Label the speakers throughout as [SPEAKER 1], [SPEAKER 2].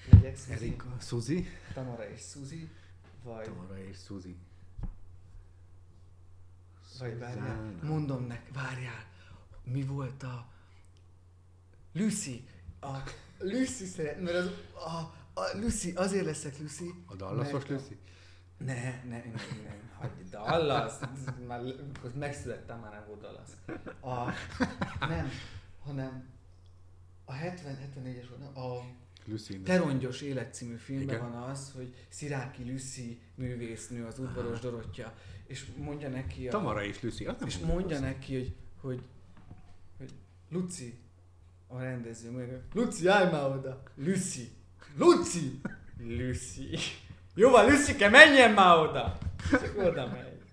[SPEAKER 1] Legyek Suzi?
[SPEAKER 2] Erika, Suzi?
[SPEAKER 1] Tamara és Suzi? Vagy...
[SPEAKER 2] Tamara és Suzi.
[SPEAKER 1] Vagy várjál, mondom várjál, mi volt a... Lucy. Lucy szeret, mert az... Lucy, azért leszek Lucy.
[SPEAKER 2] A Dallasos Lucy?
[SPEAKER 1] Nem, hagyj, Dallas, már megszülettem, már nem volt Dallas. Nem, hanem a 74-es volt, a Te rongyos élet című filmben van az, hogy Sziráki Lucy művésznő, az udvaros Dorottya, és mondja neki
[SPEAKER 2] Tamara és Lucy,
[SPEAKER 1] és mondja neki, hogy Luci, a rendező, mondja, Luci, állj már oda! Lucy! Jó van, Lucike, menjen már oda! Csak oda megy.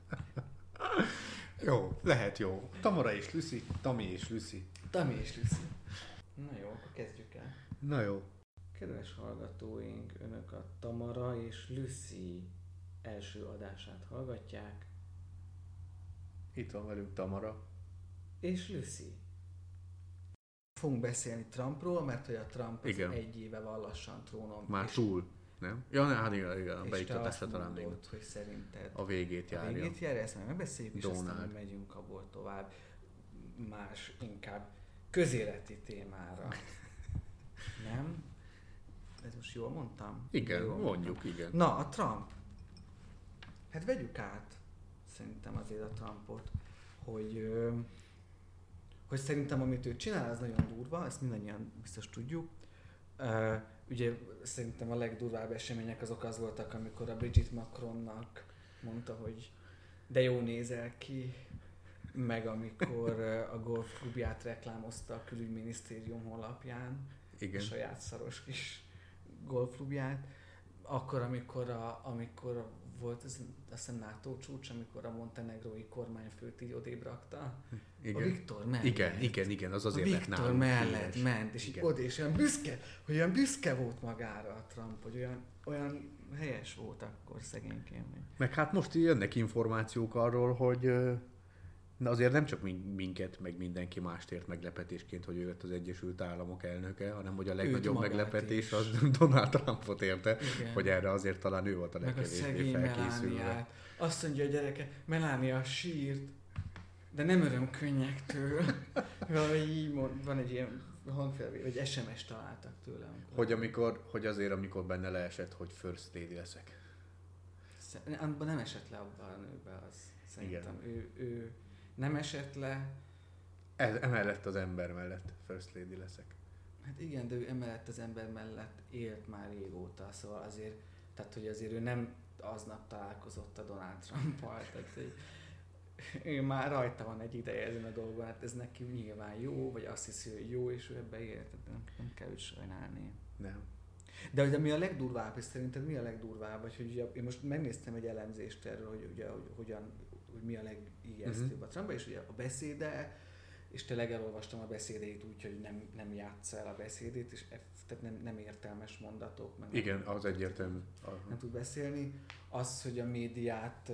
[SPEAKER 2] Jó, lehet jó. Tamara és Lucy, Tami és Lucy.
[SPEAKER 1] Tami és Lucy. Na jó, akkor kezdjük el.
[SPEAKER 2] Na jó.
[SPEAKER 1] Kedves hallgatóink, önök a Tamara és Lucy első adását hallgatják.
[SPEAKER 2] Itt van velünk Tamara.
[SPEAKER 1] És Lucy. Fogunk beszélni Trumpról, mert hogy a Trump az egy éve van lassan trónon.
[SPEAKER 2] Már túl, nem? Ja, hát igen, a beiktatásra talán még.
[SPEAKER 1] Hogy szerinted
[SPEAKER 2] a végét járja.
[SPEAKER 1] A végét járja, ezt megbeszéljük, és
[SPEAKER 2] Donald.
[SPEAKER 1] aztán megyünk abból tovább más, inkább közéleti témára. Nem? Ez most jól mondtam?
[SPEAKER 2] Igen,
[SPEAKER 1] jól
[SPEAKER 2] mondjuk, igen.
[SPEAKER 1] Na, a Trump. Hát vegyük át szerintem azért a Trumpot, hogy szerintem amit ő csinál, az nagyon durva, ezt mindannyian biztos tudjuk. Ugye szerintem a legdurvább események azok az voltak, amikor a Brigitte Macronnak mondta, hogy de jó nézel ki, meg amikor a golfklubját reklámozta a külügyminisztérium honlapján,
[SPEAKER 2] igen.
[SPEAKER 1] A saját szaros kis golfklubját, akkor amikor volt az, azt hiszem NATO csúcs, amikor a montenegrói kormányfőt így odébb rakta.
[SPEAKER 2] Igen.
[SPEAKER 1] A Viktor mellett.
[SPEAKER 2] Igen, az azért
[SPEAKER 1] a
[SPEAKER 2] lett
[SPEAKER 1] Viktor mellett ment, és így oda, és olyan büszke volt magára a Trump, hogy olyan helyes volt akkor szegényként.
[SPEAKER 2] Meg hát most jönnek információk arról, hogy azért nem csak minket, meg mindenki mást ért meglepetésként, hogy ő lett az Egyesült Államok elnöke, hanem hogy a legnagyobb meglepetés az Donald Trumpot érte, igen. Hogy erre azért talán ő volt a legkevésbé felkészülve.
[SPEAKER 1] Azt mondja a gyereke, Melania sírt, de nem örömkönnyektől. Valahogy így van egy ilyen hangfelvétel, vagy SMS találtak tőle.
[SPEAKER 2] Hogy amikor benne leesett, hogy first lady leszek.
[SPEAKER 1] Abban nem esett le abban a nőben az. Szerintem ő nem esett le.
[SPEAKER 2] Emellett az ember mellett first lady leszek.
[SPEAKER 1] Hát igen, de ő emellett az ember mellett élt már régóta, szóval azért, tehát hogy azért ő nem aznap találkozott a Donald Trump-al, tehát ő már rajta van egy ideje ezen a dolgon, hát ez neki nyilván jó, vagy azt hiszi, hogy jó, és ő ebbe élt, nem kell őt sajnálni.
[SPEAKER 2] Nem.
[SPEAKER 1] De mi a legdurvább, és szerinted mi a legdurvább, vagy hogy ugye, én most megnéztem egy elemzést erről, hogy mi a legijesztőbb a Trumpban, és ugye a beszéde, és tényleg elolvastam a beszédeit úgy, hogy nem játsza el a beszédét, és tehát nem értelmes mondatok. Meg
[SPEAKER 2] igen, az egyértelmű.
[SPEAKER 1] Nem tud beszélni. Az, hogy a médiát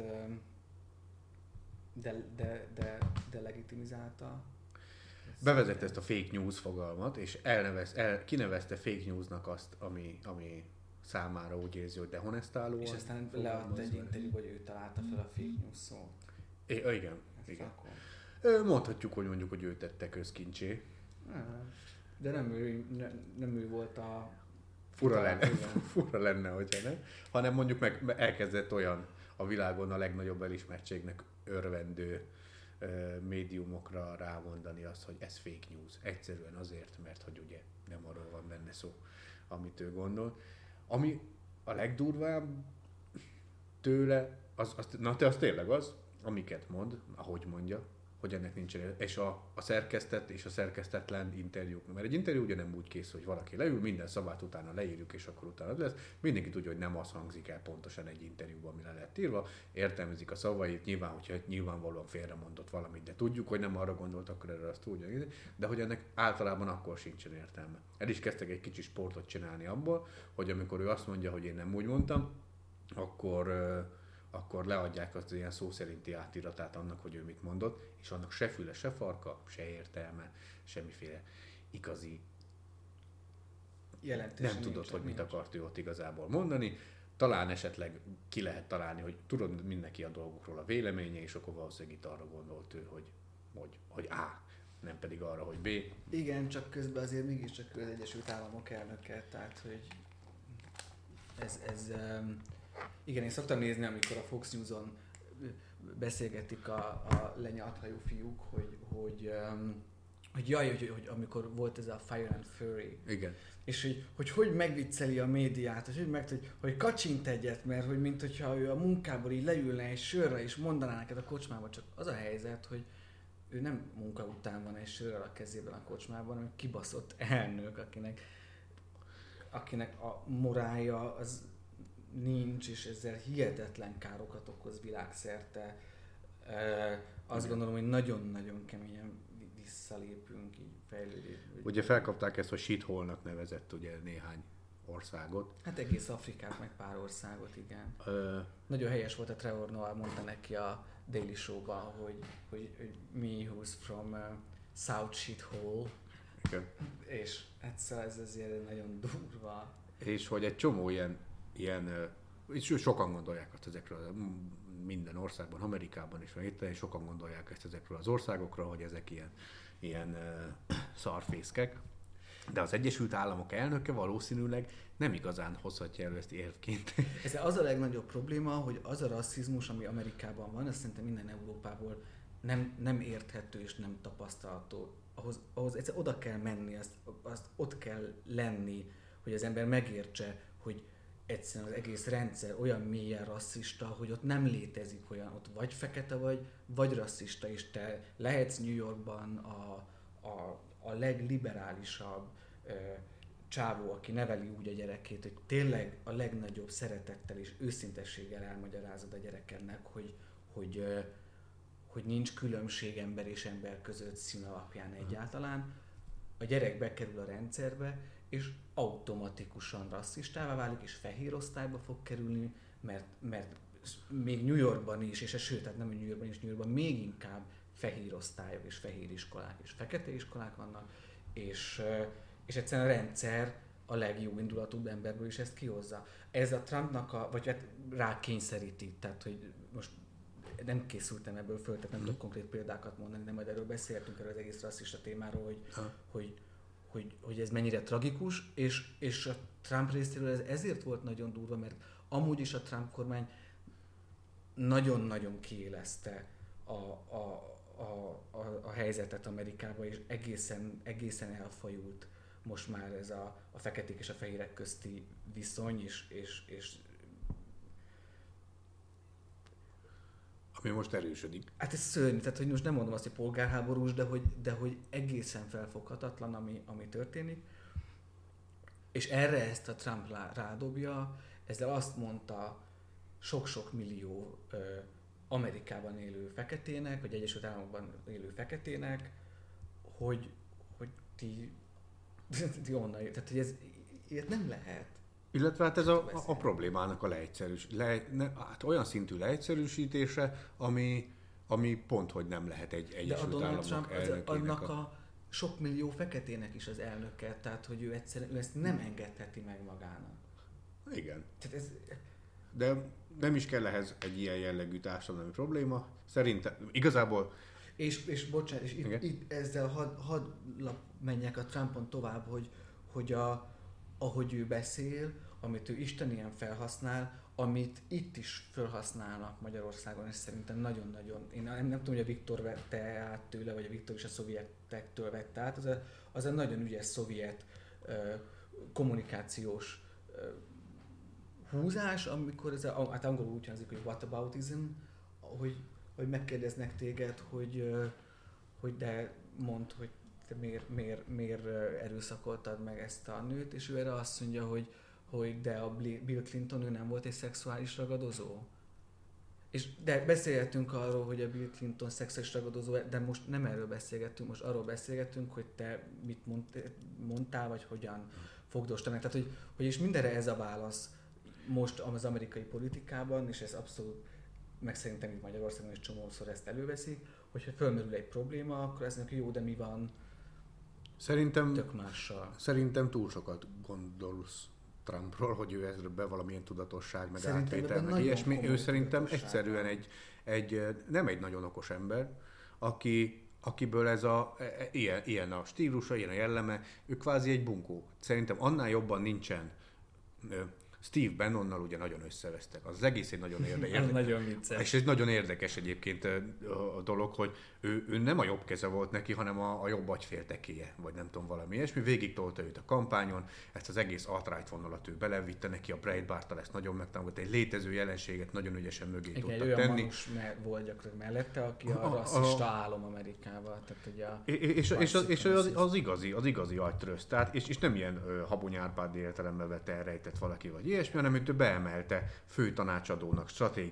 [SPEAKER 1] delegitimizálta.
[SPEAKER 2] Bevezette ezt a fake news fogalmat, és kinevezte fake newsnak azt, ami számára úgy érzi, hogy dehonestálóan.
[SPEAKER 1] És aztán leadta egy interjúban, hogy ő találta fel a fake news szót.
[SPEAKER 2] Igen. Mondhatjuk, hogy ő tette közkincsé.
[SPEAKER 1] De nem ő volt a...
[SPEAKER 2] Fura lenne, hogyha nem. Hanem mondjuk meg elkezdett olyan a világon a legnagyobb elismertségnek örvendő médiumokra rámondani azt, hogy ez fake news. Egyszerűen azért, mert hogy ugye nem arról van benne szó, amit ő gondol. Ami a legdurvább tőle, az tényleg az, amiket mond, ahogy mondja, hogy ennek nincsen, és a szerkesztett és a szerkesztetlen interjúk. Mert egy interjú ugye nem úgy készül, hogy valaki leül, minden szavát utána leírjuk, és akkor utána az lesz. Mindenki tudja, hogy nem az hangzik el pontosan egy interjúban, ami le lett írva, értelmezik a szavait, nyilván, hogyha nyilvánvalóan félremondott valamit, de tudjuk, hogy nem arra gondolt, akkor erre azt tudja, de hogy ennek általában akkor sincsen értelme. El is kezdtek egy kicsi sportot csinálni abból, hogy amikor ő azt mondja, hogy én nem úgy mondtam, akkor leadják azt az ilyen szó szerinti átiratát annak, hogy ő mit mondott, és annak se füle, se farka, se értelme, semmiféle igazi
[SPEAKER 1] jelentősen
[SPEAKER 2] nem tudod, hogy mit akart ő ott igazából mondani. Talán esetleg ki lehet találni, hogy tudod, mindenki a dolgokról a véleménye, és akkor valószínűleg itt arra gondolt ő, hogy A, nem pedig arra, hogy B.
[SPEAKER 1] Igen, csak közben azért mégiscsak az Egyesült Államok elnöke, tehát hogy igen, én szoktam nézni, amikor a Fox News-on beszélgetik a lenyalt hajú fiúk, hogy hogy amikor volt ez a Fire and Fury.
[SPEAKER 2] Igen.
[SPEAKER 1] És hogy megvicceli a médiát, és hogy kacsint egyet, mert hogy mint hogyha ő a munkából így leülne egy sörre, és mondaná neked a kocsmában, csak az a helyzet, hogy ő nem munka után van egy sörrel a kezében a kocsmában, hanem kibaszott elnök, akinek a morálja az nincs, és ezzel hihetetlen károkat okoz világszerte. Azt gondolom, hogy nagyon-nagyon keményen visszalépünk így fejlődés.
[SPEAKER 2] Ugye felkapták ezt, hogy shithole-nak nevezett ugye néhány országot.
[SPEAKER 1] Hát egész Afrikát, meg pár országot, igen. Nagyon helyes volt, a Trevor Noah mondta neki a Daily Show-ban, hogy me who's from South shithole.
[SPEAKER 2] Igen.
[SPEAKER 1] És egyszer ez azért nagyon durva.
[SPEAKER 2] És hogy egy csomó ilyen és sokan gondolják azt ezekről minden országban, Amerikában is, meg itt sokan gondolják ezt ezekről az országokról, hogy ezek ilyen szarfészkek. De az Egyesült Államok elnöke valószínűleg nem igazán hozhatja elő ezt érvként.
[SPEAKER 1] Ez az a legnagyobb probléma, hogy az a rasszizmus, ami Amerikában van, azt szerintem minden Európából nem érthető és nem tapasztalható. Ahhoz egyszer oda kell menni, azt ott kell lenni, hogy az ember megértse, hogy egyszerűen az egész rendszer olyan mélyen rasszista, hogy ott nem létezik olyan, ott vagy fekete vagy rasszista, és te lehetsz New Yorkban a legliberálisabb csávó, aki neveli úgy a gyerekét, hogy tényleg a legnagyobb szeretettel és őszintességgel elmagyarázod a gyerekednek, hogy nincs különbség ember és ember között szín alapján egyáltalán. A gyerek bekerül a rendszerbe, és automatikusan rasszistává válik, és fehér osztályba fog kerülni, mert még New Yorkban is, sőt, tehát nem New Yorkban is, New Yorkban még inkább fehér osztályok és fehér iskolák és fekete iskolák vannak, és egyszerűen a rendszer a legjobb indulatúbb emberből is ezt kihozza. Ez a Trumpnak vagy hát rá kényszeríti, tehát hogy most nem készültem ebből föl, tehát nem tudok konkrét példákat mondani, de majd erről beszéltünk, erről az egész rasszista témáról, hogy ez mennyire tragikus, és a Trump részéről ez ezért volt nagyon durva, mert amúgy is a Trump kormány nagyon-nagyon kiélezte a helyzetet Amerikában, és egészen elfajult most már ez a feketék és a fehérek közti viszony, és
[SPEAKER 2] ami most erősödik.
[SPEAKER 1] hát ez szörnyű, tehát hogy most nem mondom azt, hogy polgárháborús, de hogy egészen felfoghatatlan, ami történik. És erre ezt a Trump rádobja, ezzel azt mondta sok-sok millió Amerikában élő feketének, vagy Egyesült Államokban élő feketének, hogy ti onnan jött. Tehát, hogy ez ilyet nem lehet.
[SPEAKER 2] Illetve hát ez a problémának a olyan szintű leegyszerűsítése, ami pont, hogy nem lehet egy Egyesült Államok elnökének.
[SPEAKER 1] Annak a sok millió feketének is az elnöke, tehát hogy ő ezt nem engedheti meg magának.
[SPEAKER 2] Igen.
[SPEAKER 1] Tehát ez...
[SPEAKER 2] De nem is kell ehhez egy ilyen jellegű társadalmi probléma. Szerintem igazából...
[SPEAKER 1] És bocsánat, és itt ezzel hadd menjek a Trumpon tovább, hogy ahogy ő beszél, amit ő istenien felhasznál, amit itt is felhasználnak Magyarországon, és szerintem nagyon-nagyon, én nem tudom, hogy a Viktor vette át tőle, vagy a Viktor is a szovjetektől vette át, az a nagyon ügyes szovjet kommunikációs húzás, amikor hát angolul úgy hangzik, hogy whataboutism, hogy megkérdeznek téged, hogy de mondd, hogy te miért erőszakoltad meg ezt a nőt, és ő erre azt mondja, hogy de a Bill Clinton, ő nem volt egy szexuális ragadozó. De beszélgetünk arról, hogy a Bill Clinton szexuális ragadozó, de most nem erről beszélgetünk, most arról beszélgetünk, hogy te mit mondtál, vagy hogyan fogdostál meg. Tehát, hogy és mindenre ez a válasz most az amerikai politikában, és ez abszolút, meg szerintem itt Magyarországon is csomószor ezt előveszik, hogyha fölmerül egy probléma, akkor azt mondjuk, jó, de mi van tök mással.
[SPEAKER 2] Szerintem túl sokat gondolsz Trumpról, hogy ő ezzel valamilyen tudatosság, meg
[SPEAKER 1] Szerintem
[SPEAKER 2] átvétel,
[SPEAKER 1] ebben
[SPEAKER 2] meg
[SPEAKER 1] nagyon
[SPEAKER 2] ilyesmi.
[SPEAKER 1] komoly
[SPEAKER 2] Ő szerintem
[SPEAKER 1] tudatosság
[SPEAKER 2] egyszerűen nem egy nagyon okos ember, akiből ez ilyen a stílusa, ilyen a jelleme, ő kvázi egy bunkó. Szerintem annál jobban nincsen. Steve Bannonnal ugye nagyon összevesztek. Az egész egy nagyon érdekes.
[SPEAKER 1] Nagyon vicces.
[SPEAKER 2] És ez nagyon érdekes egyébként a dolog, hogy ő nem a jobb keze volt neki, hanem a jobb agyféltekéje, vagy nem tudom, valami ilyesmi. Végig tolta őt a kampányon, ezt az egész alt-right vonalat ő belevitte neki, a Breitbarttal ezt nagyon megtámogatta, egy létező jelenséget nagyon ügyesen mögé tudta tenni.
[SPEAKER 1] Egy olyan manus volt gyakorlatilag mellette, aki a rasszista álom Amerikával. Tehát ugye
[SPEAKER 2] az igazi agytröszt. Tehát, és nem ilyen Habony Árpád értelemben vett elrejtett valaki vagy ilyesmi, hanem őt beemelte főtanácsadónak,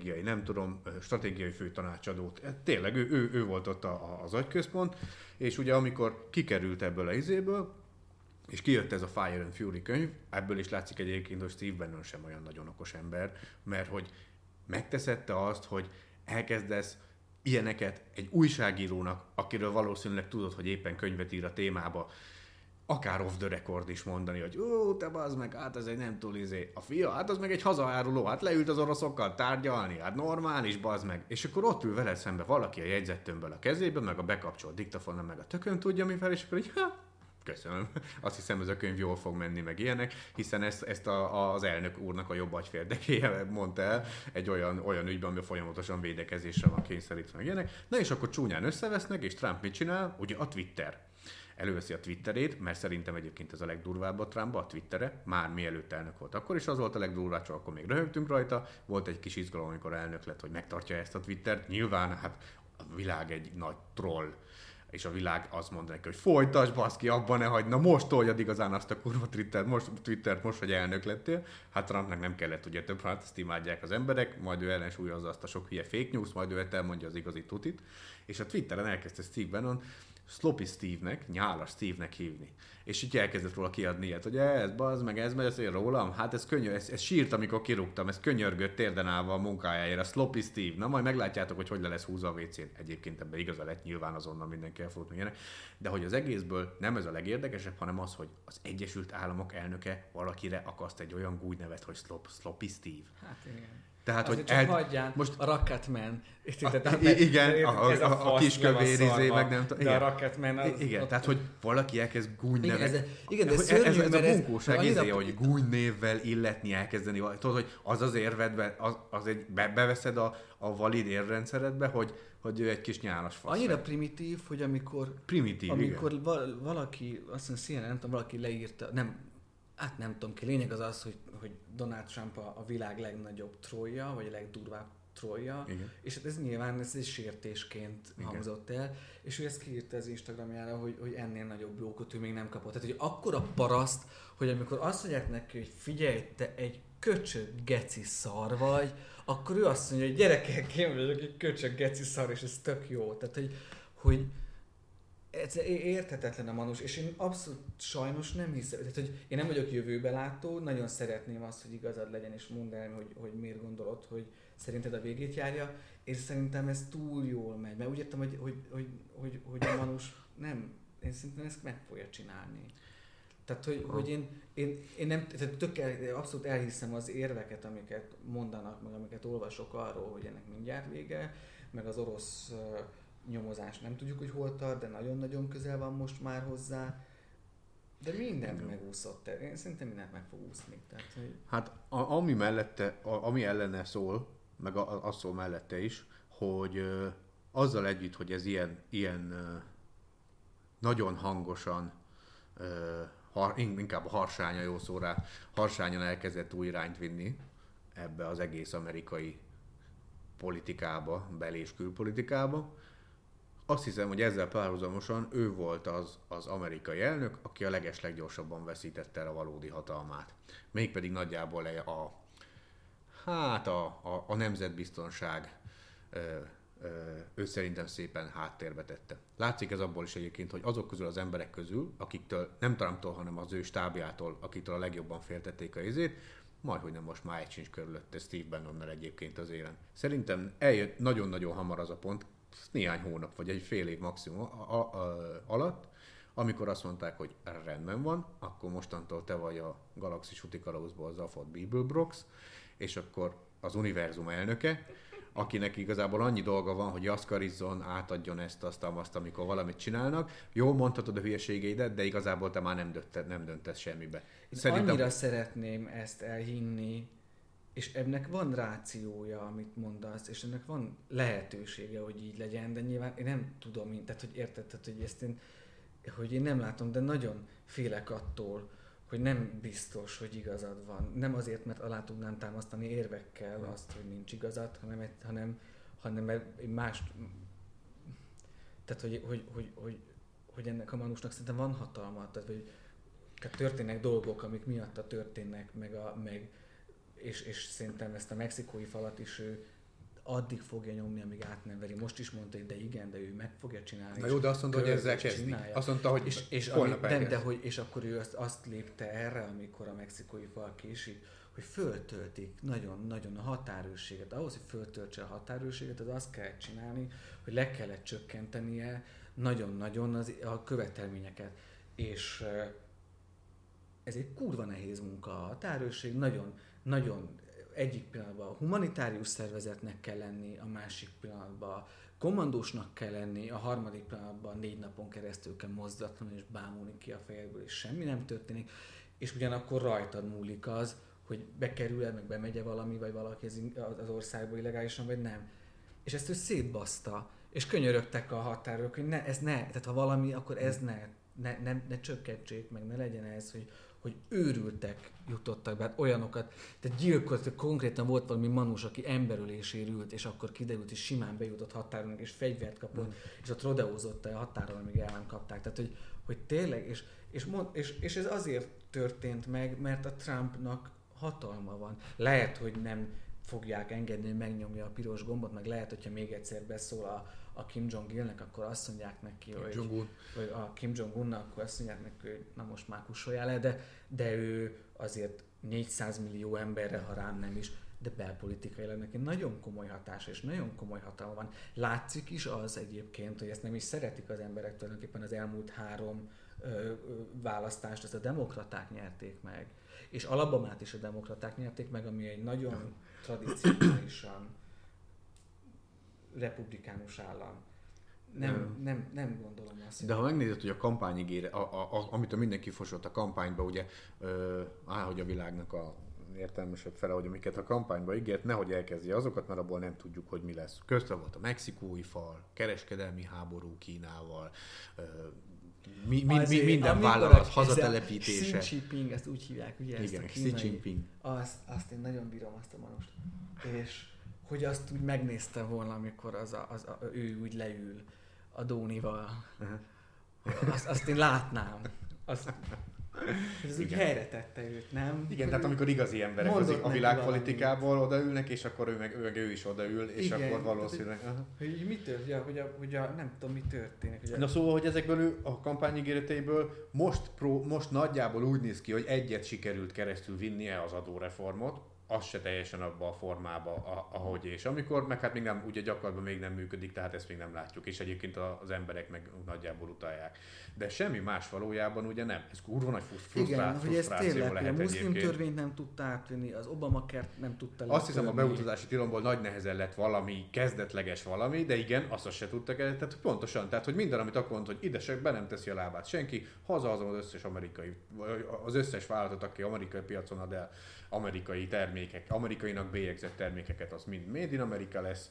[SPEAKER 2] stratégiai főtanácsadót. Tényleg ő volt ott az agyközpont, és ugye amikor kikerült ebből a izéből, és kijött ez a Fire and Fury könyv, ebből is látszik egyébként, hogy Steve Bannon sem olyan nagyon okos ember, mert hogy megteszette azt, hogy elkezdesz ilyeneket egy újságírónak, akiről valószínűleg tudod, hogy éppen könyvet ír a témába, akár off the record is mondani, hogy te bazd meg, hát ez egy nem túl a fia, hát az meg egy hazaáruló, hát leült az oroszokkal tárgyalni, hát normális, bazd meg. És akkor ott ül veled szembe valaki a jegyzettömbből a kezében, meg a bekapcsolt diktafonnal, meg a tökön tudja mivel, és akkor így, köszönöm. Azt hiszem, ez a könyv jól fog menni, meg ilyenek, hiszen ezt az elnök úrnak a jobb agyféldekéje mondta el egy olyan ügyben, ami folyamatosan védekezésre van kényszerítve, meg ilyenek. Na és akkor csúnyán összevesznek, és Trump mit csinál? Ugye a Twitter. Előveszi a Twitterét, mert szerintem egyébként ez a legdurvább a Trumpba, a Twittere, már mielőtt elnök volt. Akkor is az volt a legdurvább, csak akkor még röhögtünk rajta. Volt egy kis izgalom, amikor elnök lett, hogy megtartja ezt a Twittert. Nyilván, hát a világ egy nagy troll, és a világ azt mondja neki, hogy folytasd, baszki, abban ne hagyd, na most toljad igazán azt a kurva Twittert, most, hogy elnök lettél. Hát Trumpnak nem kellett ugye több, hát ezt imádják az emberek, majd ő ellensúlyozza azt a sok hülye fake news, majd ő elmondja az igazi tutit. És a Twitteren elkezdte Steve Bannon Sloppy Steve-nek, nyálas Steve-nek hívni. És így elkezdett róla kiadni ilyet, hogy ez, bazd meg, ez megy rólam, hát ez sírt, amikor kirúgtam, ez könyörgött térden állva a munkájáért, Sloppy Steve. Na majd meglátjátok, hogy le lesz húzva a WC-n. Egyébként ebben igaza lett, nyilván azonnal mindenki elfogott meg ilyenek. De hogy az egészből nem ez a legérdekesebb, hanem az, hogy az Egyesült Államok elnöke valakire akaszt egy olyan gújnevet, hogy Sloppy Steve.
[SPEAKER 1] Hát igen.
[SPEAKER 2] Tehát,
[SPEAKER 1] hogy hagyján, most a Rocketman.
[SPEAKER 2] Igen, a kiskövérizé, meg nem tudom.
[SPEAKER 1] De a Rocketman az...
[SPEAKER 2] Igen, tehát, hogy valaki elkezd gúnynevet.
[SPEAKER 1] Igen, de szörnyű,
[SPEAKER 2] ez a bunkóság izéje, hogy gúnynévvel illetni elkezdeni. Tudod, hogy az érvedbe, beveszed a valid érrendszeredbe, hogy ő egy kis nyálas fasz.
[SPEAKER 1] Annyira primitív, hogy amikor valaki, azt hiszem, nem tudom, valaki leírta, nem tudom ki, lényeg az, hogy Donald Trump a világ legnagyobb trollja, vagy a legdurvább trollja, és hát ez nyilván egy sértésként hangzott el, és ő ezt kiírta az Instagramjára, hogy ennél nagyobb blokkot ő még nem kapott. Tehát, hogy akkora paraszt, hogy amikor azt mondják neki, hogy figyelj, te egy köcsög geci szar vagy, akkor ő azt mondja, hogy gyerekek, én vagyok egy köcsög geci szar, és ez tök jó. Tehát, hogy ez érthetetlen a manus, és én abszolút sajnos nem hiszem, tehát, hogy én nem vagyok jövőbelátó, nagyon szeretném azt, hogy igazad legyen, és mondd el, hogy miért gondolod, hogy szerinted a végét járja, és szerintem ez túl jól megy, mert úgy értem, hogy a manus nem, én szerintem ezt meg fogja csinálni. Tehát, hogy én nem, tehát abszolút elhiszem az érveket, amiket mondanak, meg amiket olvasok arról, hogy ennek mindjárt vége, meg az orosz nyomozás nem tudjuk, hogy hol tart, de nagyon-nagyon közel van most már hozzá. De mindent megúszott. Én szerintem mindent meg fog úszni. Tehát, hogy...
[SPEAKER 2] Hát ami ellene szól, meg az szól mellette is, hogy azzal együtt, hogy ez ilyen nagyon hangosan, inkább a harsánya jó szó rá, harsányan elkezdett új irányt vinni ebbe az egész amerikai politikába, bel- és külpolitikába. Azt hiszem, hogy ezzel párhuzamosan ő volt az amerikai elnök, aki a leggyorsabban veszítette el a valódi hatalmát. Mégpedig nagyjából a nemzetbiztonság ő szerintem szépen háttérbe tette. Látszik ez abból is egyébként, hogy azok közül az emberek közül, akiktől, nem Trumptól, hanem az ő stábjától, akiktől a legjobban féltették a izét, majdhogy nem most már egy sincs körülötte Steve Bannonnal egyébként az élen. Szerintem eljött nagyon-nagyon hamar az a pont, néhány hónap, vagy egy fél év maximum alatt, Amikor azt mondták, hogy rendben van, akkor mostantól te vagy a Galaxis úti kalauzból Zaphod Beeblebrox, és akkor az univerzum elnöke, akinek igazából annyi dolga van, hogy jaszkarizzon, átadjon ezt, azt, amikor valamit csinálnak. Jó, mondhatod a hülyeségeidet, de igazából te már nem döntesz semmibe.
[SPEAKER 1] Annyira szeretném ezt elhinni, és ennek van rációja, amit mondasz, és ennek van lehetősége, hogy így legyen, de nyilván én nem tudom, tehát hogy érted, hogy ezt én nem látom, de nagyon félek attól, hogy nem biztos, hogy igazad van. Nem azért, mert alá tudnám támasztani érvekkel azt, hogy nincs igazad, hanem mert más... Tehát, hogy ennek a manusnak szerintem van hatalma, tehát, hogy történnek dolgok, amik miatta történnek, és szerintem ezt a mexikói falat is ő addig fogja nyomni, amíg át nem veri. Most is mondta, hogy de ő meg fogja csinálni.
[SPEAKER 2] Na jó, de azt mondta, hogy ezzel kezdi. Azt mondta, hogy
[SPEAKER 1] és akkor ő azt lépte erre, amikor a mexikói fal késik, hogy föltöltik nagyon-nagyon a határőrséget. Ahhoz, hogy föltöltse a határőrséget, az azt kell csinálni, hogy le kellett csökkentenie nagyon-nagyon a követelményeket. És ez egy kurva nehéz munka. A határőrség nagyon egyik pillanatban humanitárius szervezetnek kell lenni, a másik pillanatban kommandósnak kell lenni, a harmadik pillanatban 4 napon keresztül kell mozdatlanul és bámulni ki a fejedből, és semmi nem történik, és ugyanakkor rajtad múlik az, hogy bekerül-e, meg bemegy-e valami, vagy valaki az országba illegálisan, vagy nem. És ezt ő szétbaszta, és könyörögtek a határőrök, hogy tehát ha valami, akkor ez ne csökkentsék, meg ne legyen ez, hogy őrültek jutottak be, hát olyanokat, tehát gyilkolt, konkrétan volt valami manus, aki emberölésért ült, és akkor kiderült, hogy simán bejutott határon, és fegyvert kapott, és ott rodeózott a határon, amíg el nem kapták. Tehát, hogy tényleg, és ez azért történt meg, mert a Trumpnak hatalma van. Lehet, hogy nem fogják engedni, hogy megnyomja a piros gombot, meg lehet, hogyha még egyszer beszól a Kim Jong-ilnek, akkor azt mondják neki, vagy a Kim Jong-unnak, akkor azt mondják neki, hogy na most már kussoljál le, de ő azért 400 millió emberre, ha rám nem is, de belpolitikailag neki nagyon komoly hatása és nagyon komoly hatalma van. Látszik is az egyébként, hogy ezt nem is szeretik az emberek, tulajdonképpen az elmúlt 3 választást, ezt a demokraták nyerték meg. És Alabamát is a demokraták nyerték meg, ami egy nagyon tradicionálisan republikánus állam. Nem gondolom azt.
[SPEAKER 2] De ha megnézed, hogy a kampányigére, amit mindenki fosott a kampányba, ugye, hogy a világnak a értelmesebb fele, hogy amiket a kampányba ígért, nehogy elkezdje azokat, mert abból nem tudjuk, hogy mi lesz. Köztön volt a mexikói fal, kereskedelmi háború Kínával, minden vállalat hazatelepítése.
[SPEAKER 1] Xi Jinping, ezt úgy hívják, ugye?
[SPEAKER 2] Igen, Xi Jinping.
[SPEAKER 1] Azt én nagyon bírom, azt a manust. És hogy azt úgy megnéztem volna, amikor ő úgy leül a Dónival. Azt én látnám. Ez úgy helyre tette őt, nem?
[SPEAKER 2] Igen, tehát amikor igazi emberek a világpolitikából odaülnek, és akkor ő is odaül, és igen, akkor valószínűleg...
[SPEAKER 1] Hogy mi történik, hogy nem tudom, mi történik.
[SPEAKER 2] Na szóval, hogy ezekből a kampányígéreteiből most nagyjából úgy néz ki, hogy egyet sikerült keresztül vinnie az adóreformot, az se teljesen abba a formába, ahogy és amikor, meg hát még nem, ugye gyakorlatban még nem működik, tehát ezt még nem látjuk, és egyébként az emberek meg nagyjából utálják. De semmi más valójában ugye nem. Ez kurva nagy frusztráció lehet
[SPEAKER 1] a muszlim törvényt nem tudta átvinni, az Obamacare-t nem tudta
[SPEAKER 2] Azt hiszem a beutazási tilalomból nagy nehezen lett valami kezdetleges valami, de igen, azt se tudtak el, tehát pontosan, tehát hogy minden, amit akkor mondta, hogy ide se be nem teszi a lábát senki, hazahozom az összes vállalatot, aki amerikai piacon ad el amerikai termékek, amerikainak bélyegzett termékeket, az mind Made in America lesz.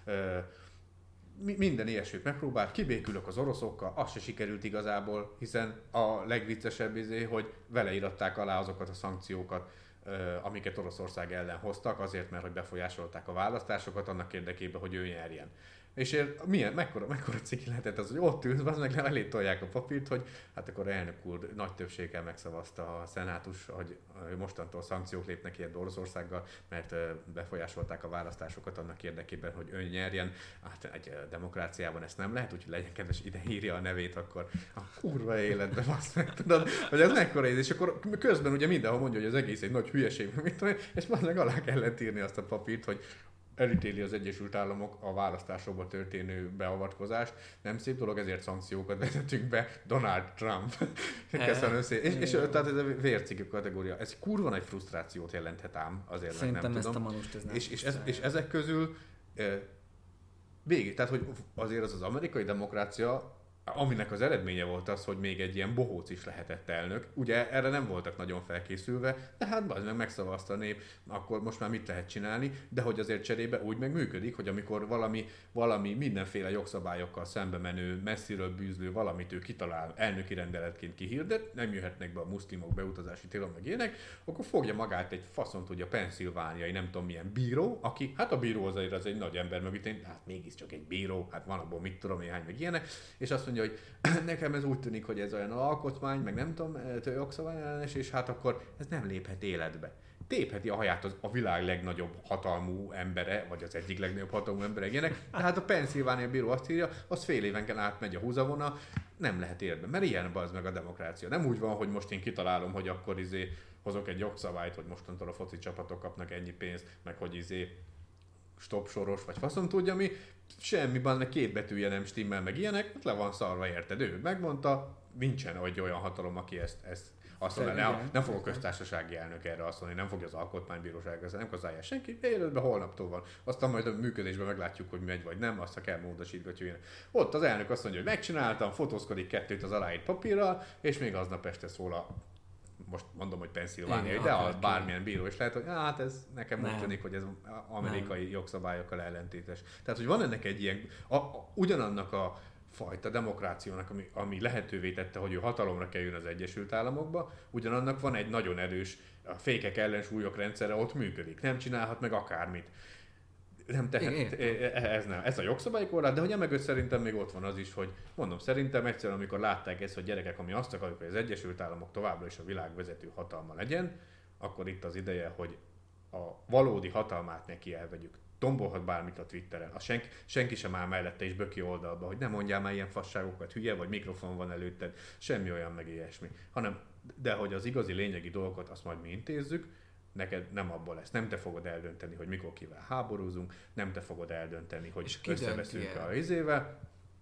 [SPEAKER 2] Minden ilyesmit megpróbált, kibékülök az oroszokkal, az se sikerült igazából, hiszen a legviccesebb hogy vele iratták alá azokat a szankciókat, amiket Oroszország ellen hoztak, azért, mert hogy befolyásolták a választásokat annak érdekében, hogy ő nyerjen. És mekkora ciki lehetett az, hogy ott ülsz, az meg elé tolják a papírt, hogy hát akkor elnök úr nagy többséggel megszavazta a szenátus, hogy mostantól szankciók lépnek ilyen Oroszországgal, mert befolyásolták a választásokat annak érdekében, hogy ő nyerjen. Hát egy demokráciában ezt nem lehet, úgyhogy legyen kedves, ide írja a nevét, akkor a kurva életben azt meg tudod, hogy ez mekkora és akkor közben ugye mindenhol mondja, hogy az egész egy nagy hülyeség, mit tudom, és már alá kellett írni azt a papírt, hogy elítéli az Egyesült Államok a választásokba történő beavatkozást. Nem szép dolog, ezért szankciókat vezetünk be. Donald Trump. Köszönöm szépen. És tehát ez a vércikő kategória. Ez kurva nagy frusztrációt jelenthet ám, azért
[SPEAKER 1] szerintem
[SPEAKER 2] meg nem tudom.
[SPEAKER 1] Ezt a manust ez nem
[SPEAKER 2] és ezek közül végig, tehát hogy azért az amerikai demokrácia, aminek az eredménye volt az, hogy még egy ilyen bohóc is lehetett elnök. Ugye erre nem voltak nagyon felkészülve, de hát az meg megszavazta a nép, akkor most már mit lehet csinálni, de hogy azért cserébe úgy meg működik, hogy amikor valami mindenféle jogszabályokkal szembe menő, messziről bűzlő valamit ő kitalál, elnöki rendeletként kihirdet, nem jöhetnek be a muszlimok beutazási tilalom meg ilyenek, akkor fogja magát egy faszon tudja penszilvániai, nem tudom milyen bíró, aki, hát a bíró azért az egy nagy ember, meg hát mégiscsak egy bíró, hát van abból mit tudom, néhány meg ilyenek, és azt mondja, hogy nekem ez úgy tűnik, hogy ez olyan alkotmány, meg nem tudom, jogszabály ellenes, és hát akkor ez nem léphet életbe. Tépheti a haját a világ legnagyobb hatalmú embere, vagy az egyik legnagyobb hatalmú embere, ilyenek. Tehát a Pennsylvania bíró azt írja, az fél évenken átmegy a húzavona, nem lehet életbe, mert ilyen az meg a demokrácia. Nem úgy van, hogy most én kitalálom, hogy akkor hozok egy jogszabályt, hogy mostantól a foci csapatok kapnak ennyi pénzt, meg hogy stop soros, vagy faszom tudja mi, semmiben ne két betűje nem stimmel, meg ilyenek, le van szarva, érted? Ő megmondta, nincsen olyan hatalom, aki ezt azt mondja, nem fog a köztársasági elnök erre azt mondani, nem fogja az alkotmánybíróság, ezzel nem gazdája senki, életben holnaptól van. Aztán majd a működésben meglátjuk, hogy megy vagy nem, azt kell módosítgatni. Ott az elnök azt mondja, hogy megcsináltam, fotózkodik kettőt az aláírt papírral, és még aznap este szól most mondom, hogy Pennsylvania, de bármilyen bíró is lehet, hogy hát ez nekem úgy tűnik, hogy ez amerikai jogszabályokkal ellentétes. Tehát, hogy van ennek egy ilyen, ugyanannak a fajta demokrációnak, ami lehetővé tette, hogy ő hatalomra kerüljön az Egyesült Államokba, ugyanannak van egy nagyon erős a fékek ellensúlyok rendszere, ott működik. Nem csinálhat meg akármit. Nem tehet, ez a jogszabálykorlát, de hogy emögött szerintem még ott van az is, hogy mondom, szerintem egyszerűen, amikor látták ezt, hogy gyerekek, ami azt akarjuk, hogy az Egyesült Államok továbbra is a világ vezető hatalma legyen, akkor itt az ideje, hogy a valódi hatalmát neki elvegyük. Tombolhat bármit a Twitteren, senki sem áll mellette és böki oldalba, hogy ne mondjál már ilyen fasságokat, hülye vagy, mikrofon van előtted, semmi olyan meg ilyesmi. De hogy az igazi lényegi dolgokat azt majd mi intézzük, neked nem abból lesz. Nem te fogod eldönteni, hogy mikor kivel háborúzunk, nem te fogod eldönteni, hogy összeveszünk a izével.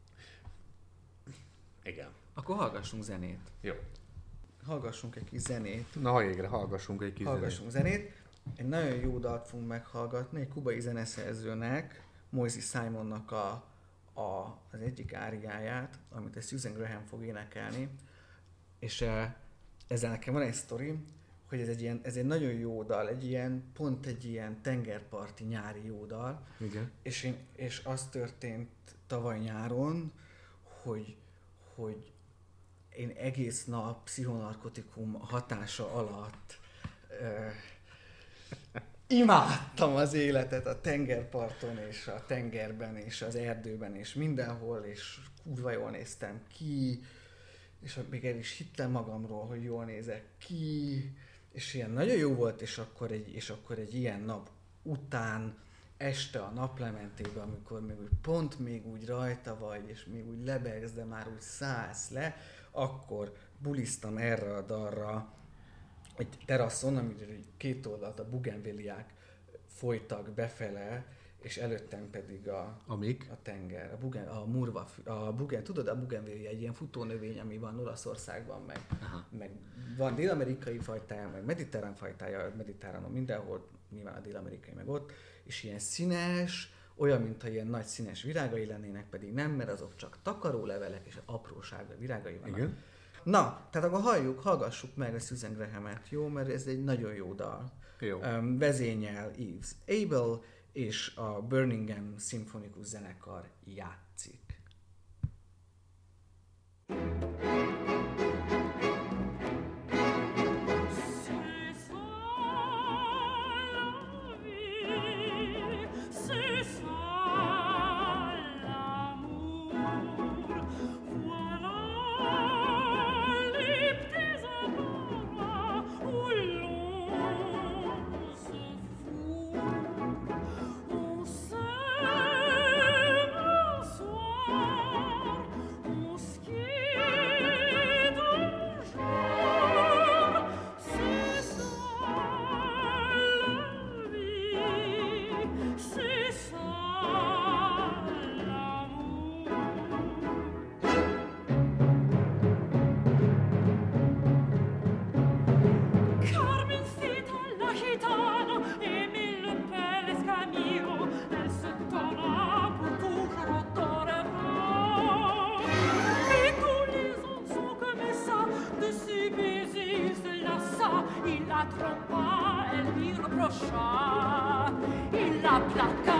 [SPEAKER 2] Igen.
[SPEAKER 1] Akkor hallgassunk zenét.
[SPEAKER 2] Jó.
[SPEAKER 1] Hallgassunk egy kis zenét.
[SPEAKER 2] Na, végre hallgassunk egy kis
[SPEAKER 1] zenét. Egy nagyon jó dalt fogunk meghallgatni, egy kubai zeneszerzőnek, Moses Simonnak az egyik áriáját, amit a Susan Graham fog énekelni. És ezzel nekem van egy sztori, hogy ez egy nagyon jó dal, pont egy ilyen tengerparti nyári jó dal.
[SPEAKER 2] Igen.
[SPEAKER 1] És az történt tavaly nyáron, hogy én egész nap pszichonarkotikum hatása alatt imádtam az életet a tengerparton, és a tengerben, és az erdőben, és mindenhol, és kurva jól néztem ki, és még el is hittem magamról, hogy jól nézek ki, és ilyen nagyon jó volt, és akkor egy ilyen nap után, este a naplementében, amikor még úgy rajta vagy, és még úgy lebegsz, de már úgy szállsz le, akkor buliztam erre a dalra egy teraszon, amiről két oldalt a bugenviliák folytak befele, és előttem pedig a tenger, tudod, a bugenvilia egy ilyen futónövény, ami van Olaszországban, meg van dél-amerikai fajtája, meg mediterrán fajtája, mediterránon mindenhol, nyilván a dél-amerikai meg ott, és ilyen színes, olyan, mintha ilyen nagy színes virágai lennének, pedig nem, mert azok csak takarólevelek és aprósága virágai vannak. Igen. Na, tehát akkor hallgassuk meg a Susan Graham-et, jó? Mert ez egy nagyon jó dal.
[SPEAKER 2] Jó.
[SPEAKER 1] Vezényel Yves Abel, és a Birmingham Szimfonikus Zenekar játszik.
[SPEAKER 3] Yeah. la trompa, elle lui reprocha, il la plaqua.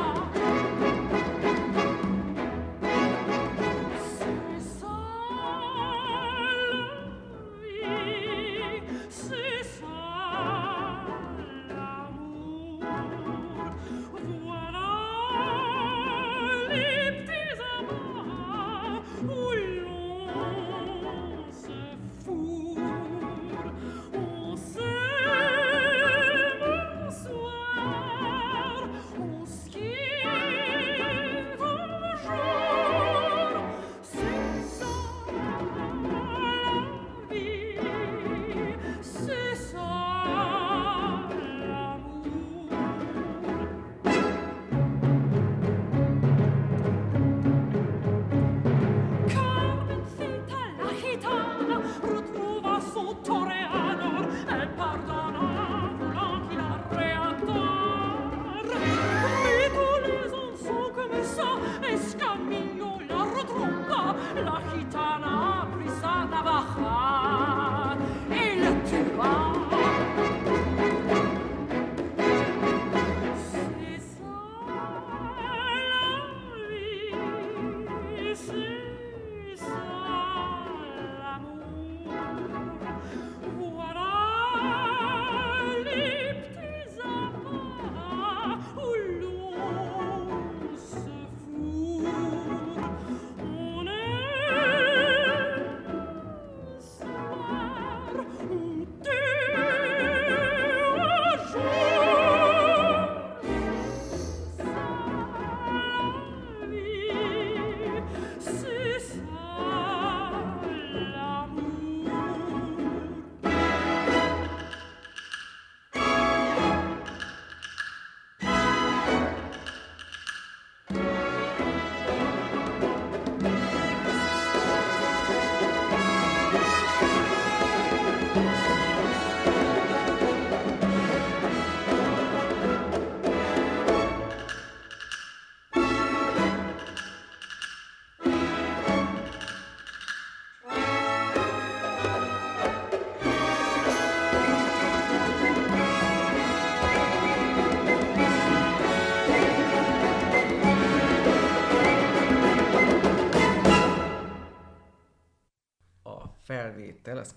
[SPEAKER 1] Felvétel az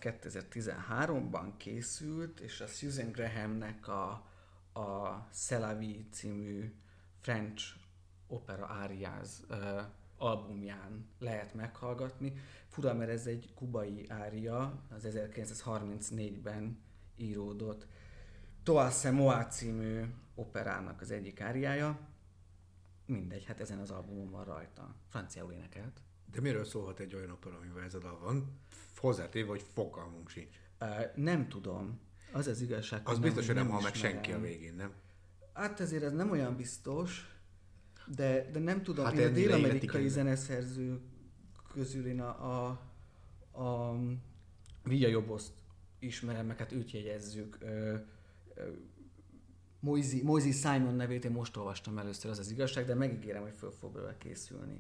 [SPEAKER 1] 2013-ban készült, és a Susan Grahamnek a C'est la vie című French opera arias albumján lehet meghallgatni. Fura, mert ez egy kubai ária, az 1934-ben íródott Toi c'est moi című operának az egyik áriája. Mindegy, hát ezen az albumon van rajta. Franciául énekelt.
[SPEAKER 2] De miről szólhat egy olyan opera, amivel ez a dal van? Hozzátéve, hogy fogalmunk sincs.
[SPEAKER 1] Nem tudom. Az az igazság,
[SPEAKER 2] az
[SPEAKER 1] hogy
[SPEAKER 2] biztos, hogy nem hal meg
[SPEAKER 1] ismerem.
[SPEAKER 2] senki a végén, nem?
[SPEAKER 1] Hát ezért ez nem olyan biztos, de nem tudom.
[SPEAKER 2] Hát
[SPEAKER 1] én a dél-amerikai zeneszerző közül én a Villa Joboszt ismerem, meg hát őt jegyezzük. Moisés Simon nevét én most olvastam először, az az igazság, de megígérem, hogy föl fog belőle készülni.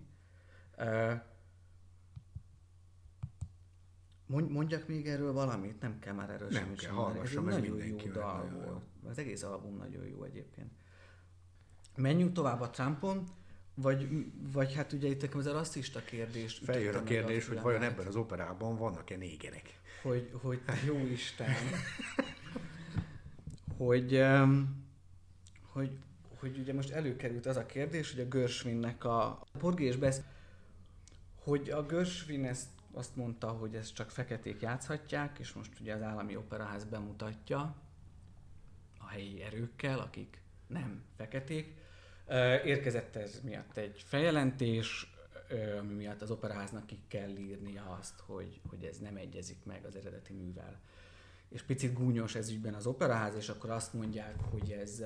[SPEAKER 1] Mondjak még erről valamit? Nem kell már erről
[SPEAKER 2] semmit sem. Hallgassa meg
[SPEAKER 1] nagyon jó dal volt. Az egész album nagyon jó egyébként. Menjünk tovább a Trumpon, vagy hát ugye itt ez a rasszista kérdés.
[SPEAKER 2] Feljön a kérdés, hogy vajon ebben az operában vannak-e négerek?
[SPEAKER 1] Hogy jó Isten. hogy ugye most előkerült az a kérdés, hogy a Gershwinnek a Porgés hogy a Gershwin azt mondta, hogy ezt csak feketék játszhatják, és most ugye az Állami Operaház bemutatja a helyi erőkkel, akik nem feketék. Érkezett ez miatt egy feljelentés, ami miatt az operaháznak ki kell írnia azt, hogy ez nem egyezik meg az eredeti művel. És picit gúnyos ez ügyben az operaház, és akkor azt mondják, hogy ez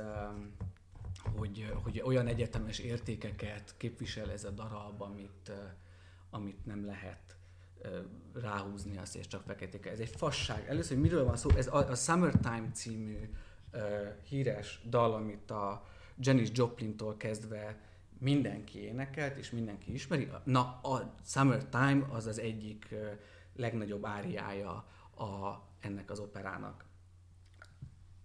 [SPEAKER 1] hogy olyan egyetemes értékeket képvisel ez a darab, amit nem lehet ráhúzni azt, és csak feketék. Ez egy fasság. Először, hogy miről van szó, ez a Summertime című híres dal, amit a Janis Joplintól kezdve mindenki énekelt, és mindenki ismeri. Na, a Summertime az az egyik legnagyobb áriája ennek az operának.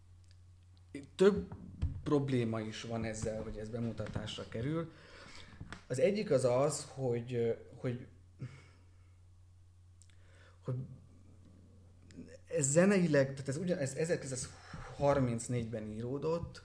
[SPEAKER 1] több probléma is van ezzel, hogy ez bemutatásra kerül. Az egyik az, hogy ez zeneileg, tehát ez 1934-ben íródott,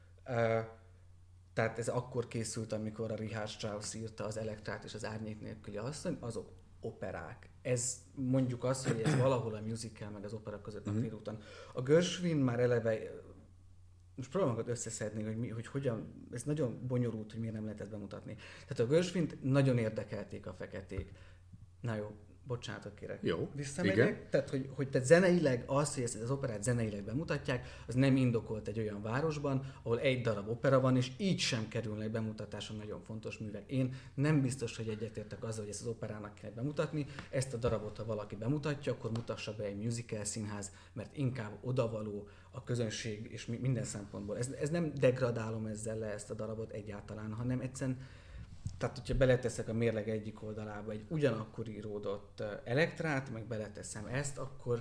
[SPEAKER 1] tehát ez akkor készült, amikor a Richard Strauss írta az Elektrát és az Árnyék nélküli asszony, azok operák. Ez mondjuk azt, hogy ez valahol a musical meg az opera között a félúton. A Gershwin már eleve, most próbálom összeszedni, hogy hogyan, ez nagyon bonyolult, hogy miért nem lehet ezt bemutatni. Tehát a Gershwint nagyon érdekelték a feketék. Na jó, bocsánatot kérek.
[SPEAKER 2] Jó,
[SPEAKER 1] visszamegyek.
[SPEAKER 2] igen.
[SPEAKER 1] Tehát, hogy zeneileg az, hogy ezt az operát zeneileg bemutatják, az nem indokolt egy olyan városban, ahol egy darab opera van, és így sem kerülnek bemutatásra nagyon fontos művek. Én nem biztos, hogy egyetértek azzal, hogy ezt az operának kell bemutatni. Ezt a darabot, ha valaki bemutatja, akkor mutassa be egy musical színház, mert inkább odavaló a közönség, és minden szempontból. Ez nem degradálom ezzel le ezt a darabot egyáltalán, hanem egyszerűen, tehát, hogyha beleteszek a mérleg egyik oldalába egy ugyanakkor íródott Elektrát, meg beleteszem ezt, akkor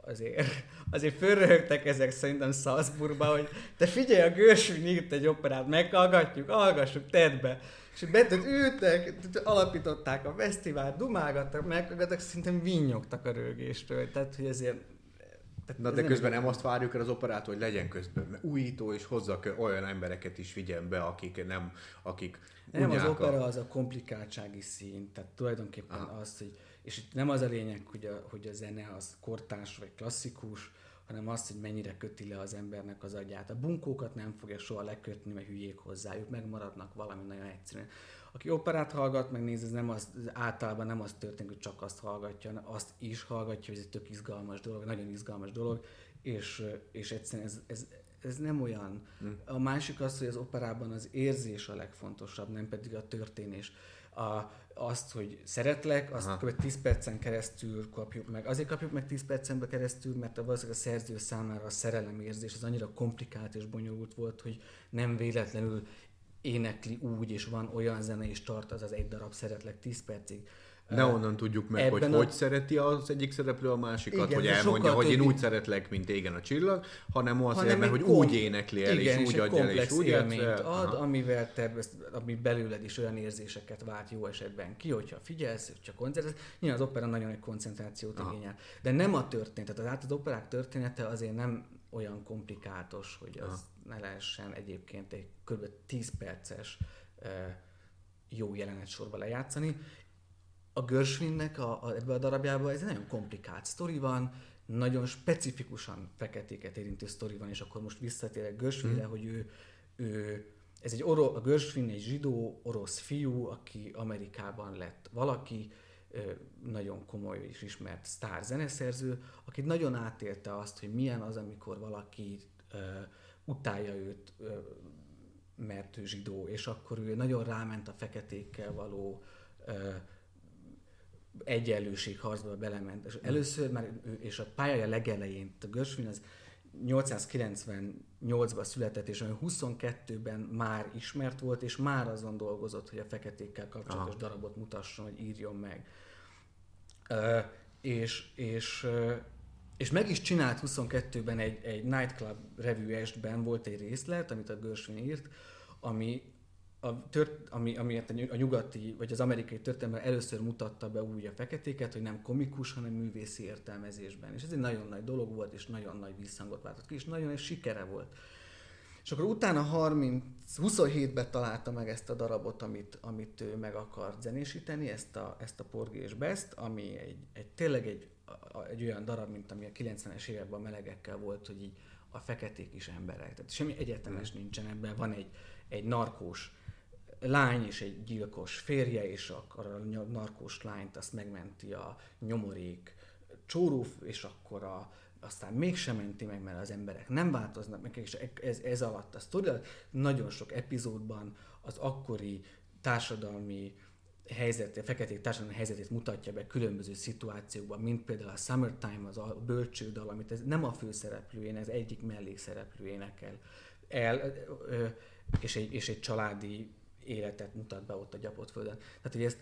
[SPEAKER 1] azért fölröhögtek ezek szerintem Salzburgba, hogy te figyelj, a Gershwin írt egy operát, meghallgatjuk, hallgassuk, tedd be. És ültek, alapították a fesztivált, dumálgattak, meghallgattak, szerintem vinnyogtak a röhögéstől. Tehát, hogy ezért...
[SPEAKER 2] Na de közben nem azt várjuk el az operától, hogy legyen közben újító, és hozza olyan embereket is figyelembe, akik
[SPEAKER 1] nem,
[SPEAKER 2] unják
[SPEAKER 1] az opera az a komplikáltsági szín, tehát tulajdonképpen az, hogy, és itt nem az a lényeg, hogy a zene az kortárs vagy klasszikus, hanem az, hogy mennyire köti le az embernek az agyát. A bunkókat nem fogja soha lekötni, mert hülyék hozzájuk, megmaradnak valami nagyon egyszerűen. Aki operát hallgat, megnéz, általában nem az történik, hogy csak azt hallgatja, hanem azt is hallgatja, hogy ez egy tök izgalmas dolog, nagyon izgalmas dolog, és egyszerűen ez nem olyan. A másik az, hogy az operában az érzés a legfontosabb, nem pedig a történés. Azt, hogy szeretlek, azt kb. 10 percen keresztül kapjuk meg. Azért kapjuk meg 10 percen keresztül, mert valószínűleg a szerző számára a szerelemérzés az annyira komplikált és bonyolult volt, hogy nem véletlenül énekli úgy, és van olyan zene, és tart az egy darab szeretlek 10 percig.
[SPEAKER 2] Ne onnan tudjuk meg, hogy szereti az egyik szereplő a másikat, igen, hogy elmondja, hogy én úgy szeretlek, mint égen a csillag, hanem azért, mert hogy úgy énekli el,
[SPEAKER 1] igen,
[SPEAKER 2] és úgy adja el, és úgy
[SPEAKER 1] ad, amivel ami belőled is olyan érzéseket vált jó esetben ki, hogyha figyelsz, hogyha koncentrálsz. Nyilván az opera nagyon egy koncentrációt igényel. De nem a történet, tehát az operák története azért nem olyan komplikátos, hogy az ne lehessen egyébként egy kb. 10 perces jó jelenet sorba lejátszani. A Gershwinnek ebben a darabjában ez egy nagyon komplikált sztori van, nagyon specifikusan feketéket érintő sztori van, és akkor most visszatérek Gershwinre, hogy a Gershwin egy zsidó orosz fiú, aki Amerikában lett valaki, nagyon komoly és ismert sztár zeneszerző, aki nagyon átélte azt, hogy milyen az, amikor valaki utálja őt, mert ő zsidó, és akkor ő nagyon ráment a feketékkel való egyenlőségharcba belement. És először már, és a pályája legelején, a Gershwin az 898-ban született, és 22-ben már ismert volt, és már azon dolgozott, hogy a feketékkel kapcsolatos darabot mutasson, hogy írjon meg. És meg is csinált 22-ben egy Nightclub Revue Estben volt egy részlet, amit a Gershwin írt, ami a nyugati, vagy az amerikai történelemben először mutatta be úgy a feketéket, hogy nem komikus, hanem művészi értelmezésben. És ez egy nagyon nagy dolog volt, és nagyon nagy visszhangot váltott ki, és nagyon egy sikere volt. És akkor utána 27-ben találta meg ezt a darabot, amit ő meg akart zenésíteni, ezt a Porgy és Best, ami tényleg egy olyan darab, mint ami a 90-es években a melegekkel volt, hogy így a feketék is emberek. Tehát semmi egyetemes nincsen ebben. Van egy narkós lány és egy gyilkos férje, és akkor a narkós lányt azt megmenti a nyomorék csóró, és akkor aztán mégsem menti meg, mert az emberek nem változnak meg, és ez alatt a sztori, nagyon sok epizódban az akkori társadalmi helyzet, a feketék társadalmi helyzetét mutatja be különböző szituációkban, mint például a Summertime, az a bölcsődal, amit ez nem a főszereplőjén, ez egyik mellékszereplő énekel el, és egy családi életet mutat be ott a gyapott földön. Tehát, hogy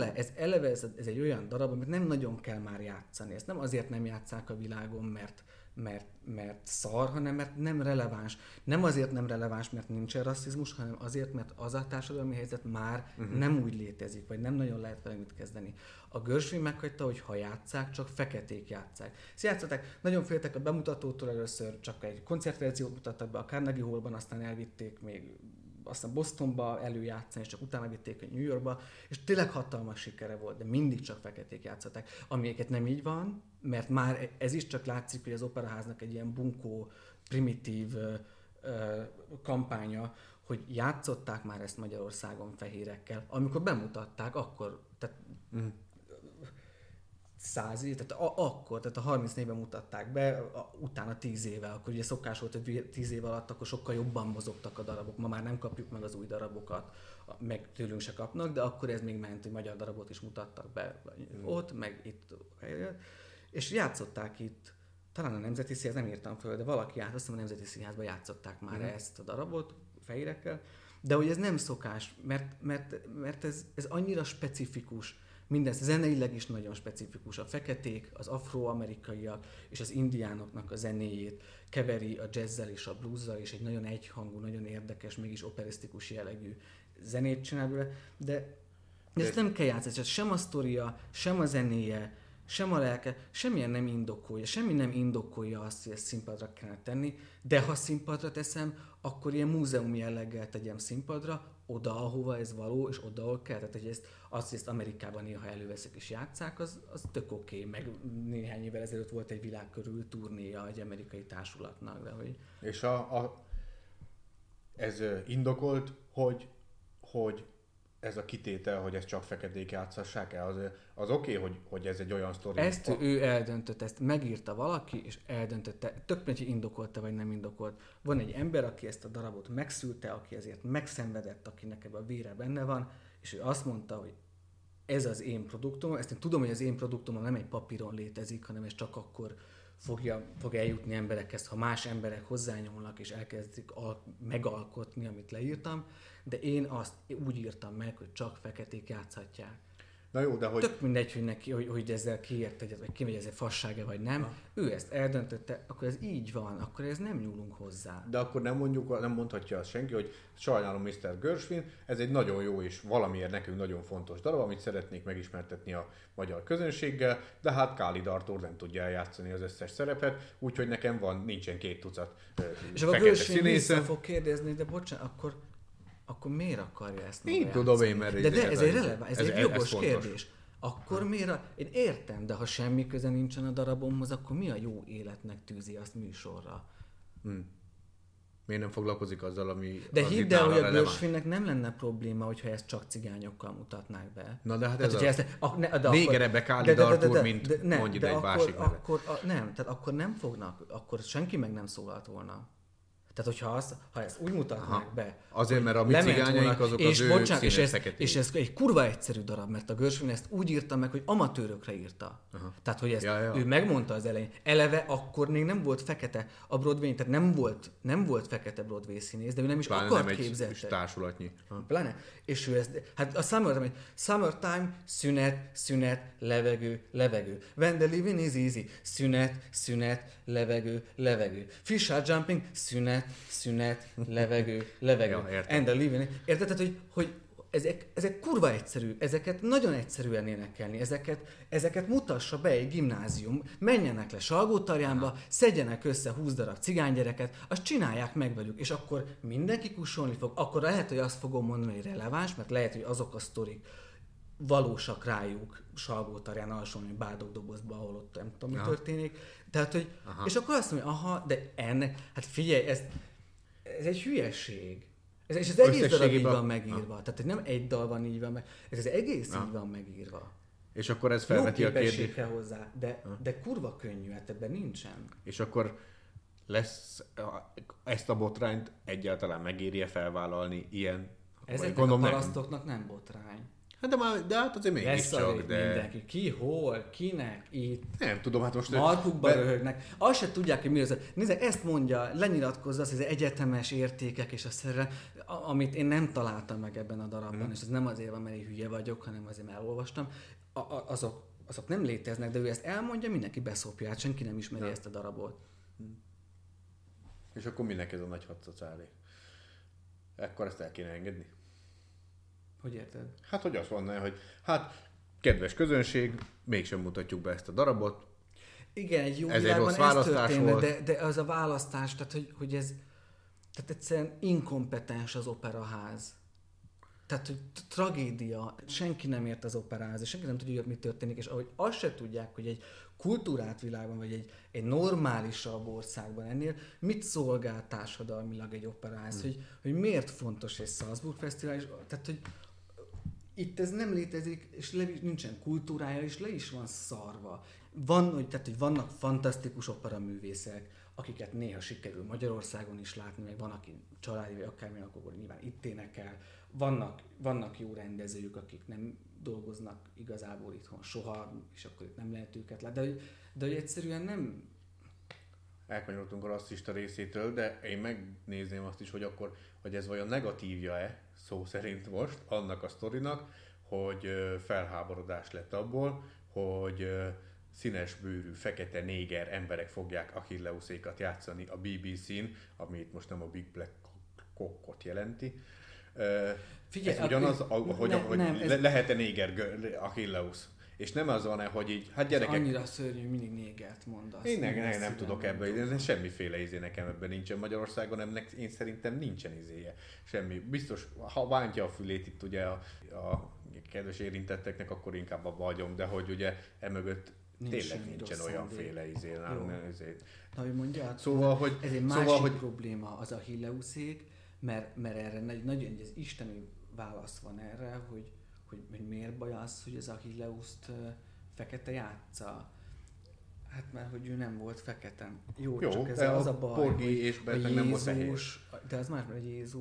[SPEAKER 1] ez egy olyan darab, amit nem nagyon kell már játszani. Ezt nem azért nem játsszák a világon, mert mert szar, hanem mert nem releváns. Nem azért nem releváns, mert nincsen rasszizmus, hanem azért, mert az a társadalmi helyzet már nem úgy létezik, vagy nem nagyon lehet vele mit kezdeni. A Gershwin meghagyta, hogy ha játsszák, csak feketék játsszák. Játszották, nagyon féltek a bemutatótól, először csak egy koncertverziót mutattak be a Carnegie Hallban, aztán elvitték még aztán Bostonba előjátszani, és csak utána vitték New Yorkba, és tényleg hatalmas sikere volt, de mindig csak feketék játszották. Amiket nem így van, mert már ez is csak látszik, hogy az operaháznak egy ilyen bunkó, primitív kampánya, hogy játszották már ezt Magyarországon fehérekkel. Amikor bemutatták, akkor, tehát 100 év, tehát akkor, tehát a 34-ben mutatták be, utána 10 éve, akkor ugye szokás volt, hogy 10 év alatt akkor sokkal jobban mozogtak a darabok, ma már nem kapjuk meg az új darabokat, meg tőlünk se kapnak, de akkor ez még ment, hogy magyar darabot is mutattak be ott, meg itt, és játszották itt, talán a Nemzeti Színház, nem írtam föl, de valaki azt hiszem a Nemzeti Színházban játszották már ezt a darabot fehérekkel, de hogy ez nem szokás, mert ez annyira specifikus, minden zeneileg is nagyon specifikus. A feketék, az afroamerikaiak és az indiánoknak a zenéjét keveri a jazzzel és a bluezzal, és egy nagyon egyhangú, nagyon érdekes, mégis operisztikus jellegű zenét csinál bele, de ezt nem kell játszani, sem a sztoria, sem a zenéje, sem a lelke, semmilyen nem indokolja, semmi nem indokolja azt, hogy ezt színpadra kellene tenni, de ha színpadra teszem, akkor ilyen múzeum jelleggel tegyem színpadra, oda, ahova ez való, és oda, ahol kell. Tehát, hogy azt, hogy ezt Amerikában néha előveszek és játsszák, az tök oké. Meg néhány évvel ezelőtt volt egy világkörüli turnéja egy amerikai társulatnak. De hogy...
[SPEAKER 2] És ez indokolt, hogy ez a kitétel, hogy ezt csak feketék játsszassák el, az oké, hogy ez egy olyan sztori.
[SPEAKER 1] Ezt ő eldöntött, ezt megírta valaki, és eldöntötte, tök mindegy, hogy indokolta, vagy nem indokolt. Van egy ember, aki ezt a darabot megszülte, aki ezért megszenvedett, akinek ebben a vére benne van, és ő azt mondta, hogy ez az én produktum, ezt én tudom, hogy az én produktumom nem egy papíron létezik, hanem ez csak akkor fog eljutni emberekhez, ha más emberek hozzányúlnak és elkezdik megalkotni, amit leírtam, de én azt úgy írtam meg, hogy csak feketék játszhatják.
[SPEAKER 2] Na jó, de hogy...
[SPEAKER 1] Tök mindegy, hogy neki, hogy ezzel kiért egyet, vagy kimegy, ez egy fassága, vagy nem. Ha. Ő ezt eldöntötte, akkor ez így van, akkor ez nem nyúlunk hozzá.
[SPEAKER 2] De akkor nem mondhatja azt senki, hogy sajnálom Mr. Gershwin, ez egy nagyon jó és valamiért nekünk nagyon fontos darab, amit szeretnék megismertetni a magyar közönséggel, de hát Khalid Arthur nem tudja eljátszani az összes szerepet, úgyhogy nekem nincsen 2 tucat
[SPEAKER 1] és akkor Gershwin vissza fog kérdezni, de bocsánat, akkor miért akarja ezt maga játszani?
[SPEAKER 2] Tudom én, mert
[SPEAKER 1] de ez egy releváns, ez egy jogos kérdés. Akkor miért? Én értem, de ha semmi köze nincsen a darabomhoz, akkor mi a jó életnek tűzi azt műsorra?
[SPEAKER 2] Miért nem foglalkozik azzal, ami...
[SPEAKER 1] De hidd el, hogy a Gershwinnek nem lenne probléma, hogyha ezt csak cigányokkal mutatnák be.
[SPEAKER 2] Na de hát
[SPEAKER 1] négerebb
[SPEAKER 2] Khalid Arthur, mint mondj ide egy másik nevet.
[SPEAKER 1] Nem, tehát akkor nem fognak, akkor senki meg nem szólalt volna. Tehát, ha ezt úgy mutatnák be...
[SPEAKER 2] Azért, mert a mi cigányaink azok az ő színes feketék.
[SPEAKER 1] És ez egy kurva egyszerű darab, mert a Gershwin ezt úgy írta meg, hogy amatőrökre írta. Aha. Tehát, hogy ezt ő megmondta az elején. Eleve akkor még nem volt fekete a Broadway, tehát nem volt fekete Broadway színész, de ő nem is akart képzelni.
[SPEAKER 2] Pláne társulatnyi.
[SPEAKER 1] Pláne. És ő ezt... Hát a Summertime, szünet, levegő. When the living is easy, szünet, levegő. Fish are jumping, szünet, levegő.
[SPEAKER 2] Ja,
[SPEAKER 1] and the living. Érted? Tehát, hogy ezek kurva egyszerű, ezeket nagyon egyszerűen énekelni, ezeket mutassa be egy gimnázium, menjenek le Salgótarjánba, szedjenek össze 20 darab cigánygyereket, azt csinálják meg velük, és akkor mindenki kussolni fog, akkor lehet, hogy azt fogom mondani, hogy releváns, mert lehet, hogy azok a sztorik valósak rájuk Salgótarján alsón, hogy Bádogdobozba, ahol ott nem tudom, mi történik. Tehát, hogy, és akkor azt mondja, de ennek, hát figyelj, ez egy hülyeség. És az egész darab így van megírva. Tehát nem egy dal van így van meg, ez az egész így van megírva.
[SPEAKER 2] És akkor ez felveti a kérdést.
[SPEAKER 1] Kell hozzá, de kurva könnyű, hát ebben nincsen.
[SPEAKER 2] És akkor lesz ezt a botrányt egyáltalán megéri-e felvállalni ilyen?
[SPEAKER 1] Ezeknek a parasztoknak nem botrány.
[SPEAKER 2] Hát de hát azért mégiscsak, de...
[SPEAKER 1] Mindenki. Ki, hol, kinek, itt.
[SPEAKER 2] Nem tudom, hát most...
[SPEAKER 1] Markukba röhögnek. Azt se tudják, hogy mi az. Nézzek, ezt mondja, lenyilatkozza az egyetemes értékek és a szerre, amit én nem találtam meg ebben a darabban, és ez nem azért van, mert én hülye vagyok, hanem azért, mert elolvastam. Azok nem léteznek, de ő ezt elmondja, mindenki beszopja, hát senki nem ismeri ezt a darabot.
[SPEAKER 2] És akkor minek ez a nagy hadszocálé? Ekkor ezt el kéne engedni?
[SPEAKER 1] Hogy érted?
[SPEAKER 2] Hát, hogy azt mondaná, hogy hát, kedves közönség, mégsem mutatjuk be ezt a darabot.
[SPEAKER 1] Igen, egy jó
[SPEAKER 2] ez
[SPEAKER 1] világban
[SPEAKER 2] egy rossz választás
[SPEAKER 1] történne, de az a választás, tehát hogy ez tehát egyszerűen inkompetens az operaház. Tehát, hogy tragédia, senki nem ért az operához, és senki nem tudja, hogy mi történik, és ahogy azt se tudják, hogy egy kultúrát világban, vagy egy normálisabb országban ennél mit szolgál társadalmilag egy operához, hogy miért fontos egy Salzburg Fesztivál, és, tehát, hogy itt ez nem létezik, és nincsen kultúrája, és le is van szarva. Tehát, hogy vannak fantasztikus operaművészek, akiket néha sikerül Magyarországon is látni, meg van, aki családi, vagy akármilyen, akkor nyilván itt énekel. Vannak jó rendezők, akik nem dolgoznak igazából itthon soha, és akkor itt nem lehet őket látni. De hogy egyszerűen nem...
[SPEAKER 2] Elkanyarodtunk a rasszista részétől, de én megnézném azt is, hogy akkor, hogy ez vajon negatívja-e, szó szerint most, annak a sztorinak, hogy felháborodás lett abból, hogy színes bőrű, fekete néger emberek fogják Achilleusékat játszani a BBC-n, ami itt most nem a Big Black Cockot jelenti. Figyelj, ez ugyanaz, lehet-e néger Achilleus? És nem az van-e, hogy így, hát gyerekek...
[SPEAKER 1] Ez annyira szörnyű, hogy mindig négert mondasz.
[SPEAKER 2] Én nem tudok ebből, semmiféle izé nekem ebben nincsen. Magyarországon ennek én szerintem nincsen izéje. Semmi. Biztos, ha bántja a fülét itt ugye a kedves érintetteknek, akkor inkább abba hagyom, de hogy ugye emögött tényleg nincsen olyanféle izé.
[SPEAKER 1] Na, hogy mondja,
[SPEAKER 2] szóval, hogy,
[SPEAKER 1] ez egy másik probléma az Achilleusék, mert erre nagyon ez isteni válasz van erre, hogy miért baj az, hogy az Achilleuszt fekete játsza. Hát mert hogy ő nem volt fekete. Jó, csak ez az a baj,
[SPEAKER 2] Porgy és
[SPEAKER 1] Jézus, de az más, mert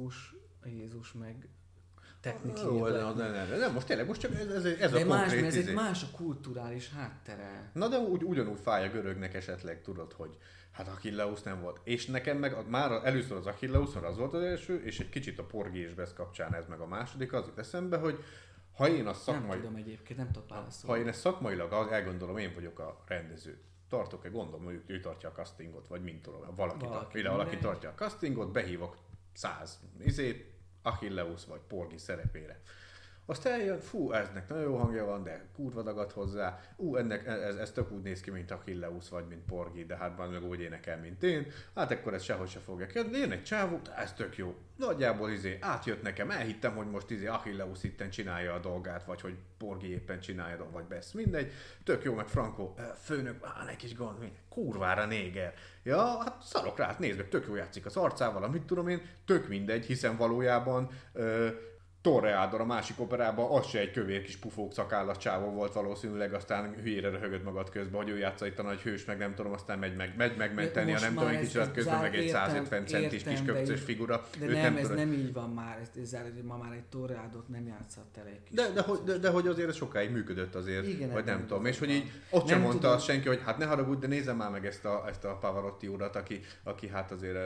[SPEAKER 1] Jézus meg technikailag.
[SPEAKER 2] Nem, most tényleg, most csak ez a
[SPEAKER 1] konkrét ez egy más a kulturális háttere.
[SPEAKER 2] Na de ugyanúgy fáj a görögnek esetleg, tudod, hogy hát Achilleus nem volt. És nekem meg már először az Achilleus, az volt az első, és egy kicsit a Porgy és Bess kapcsán ez meg a második, az itt eszembe, hogy ha én azt
[SPEAKER 1] nem tudom egyébként, nem tudok válaszolni.
[SPEAKER 2] Ha én ezt szakmailag elgondolom, én vagyok a rendező. Tartok-e gondom, hogy ő tartja a castingot, vagy mint tudom, valaki tartja a castingot, behívok 100 Achilleus vagy Porgy szerepére. Azt eljön, eznek nagyon jó hangja van, de kurva dagad hozzá. Ez tök úgy néz ki, mint Achilleus vagy mint Porgy, de hát már meg úgy énekel, mint én. Hát akkor ez sehogy se fogja ki. Én egy csávó, ez tök jó. Nagyjából átjött nekem, elhittem, hogy most Achilleus itten csinálja a dolgát, vagy hogy Porgy éppen csinálja, vagy Bess, mindegy. Tök jó, meg Franco, főnök, egy kis gond, kurvára néger. Ja, hát szarok rá, nézd meg, tök jó játszik az arcával, amit tudom én, tök mindegy, hiszen valójában Torreador a másik operában az se egy kövér kis pufók szakállas csávó volt valószínűleg, aztán hülyére röhögött magad közben, hogy ő játsza itt a nagy hős, meg nem tudom, aztán megy megmenteni a nem tudom, egy kicsit közben meg egy 150 centis kis köpcös figura.
[SPEAKER 1] De nem így van már, ma már egy Torreadort nem játszott el egy kis
[SPEAKER 2] de hogy azért ez sokáig működött azért, igen, vagy nem tudom, és hogy így ott sem mondta azt senki, hogy hát ne haragudj, de nézzem már meg ezt a Pavarotti urat, aki hát azért,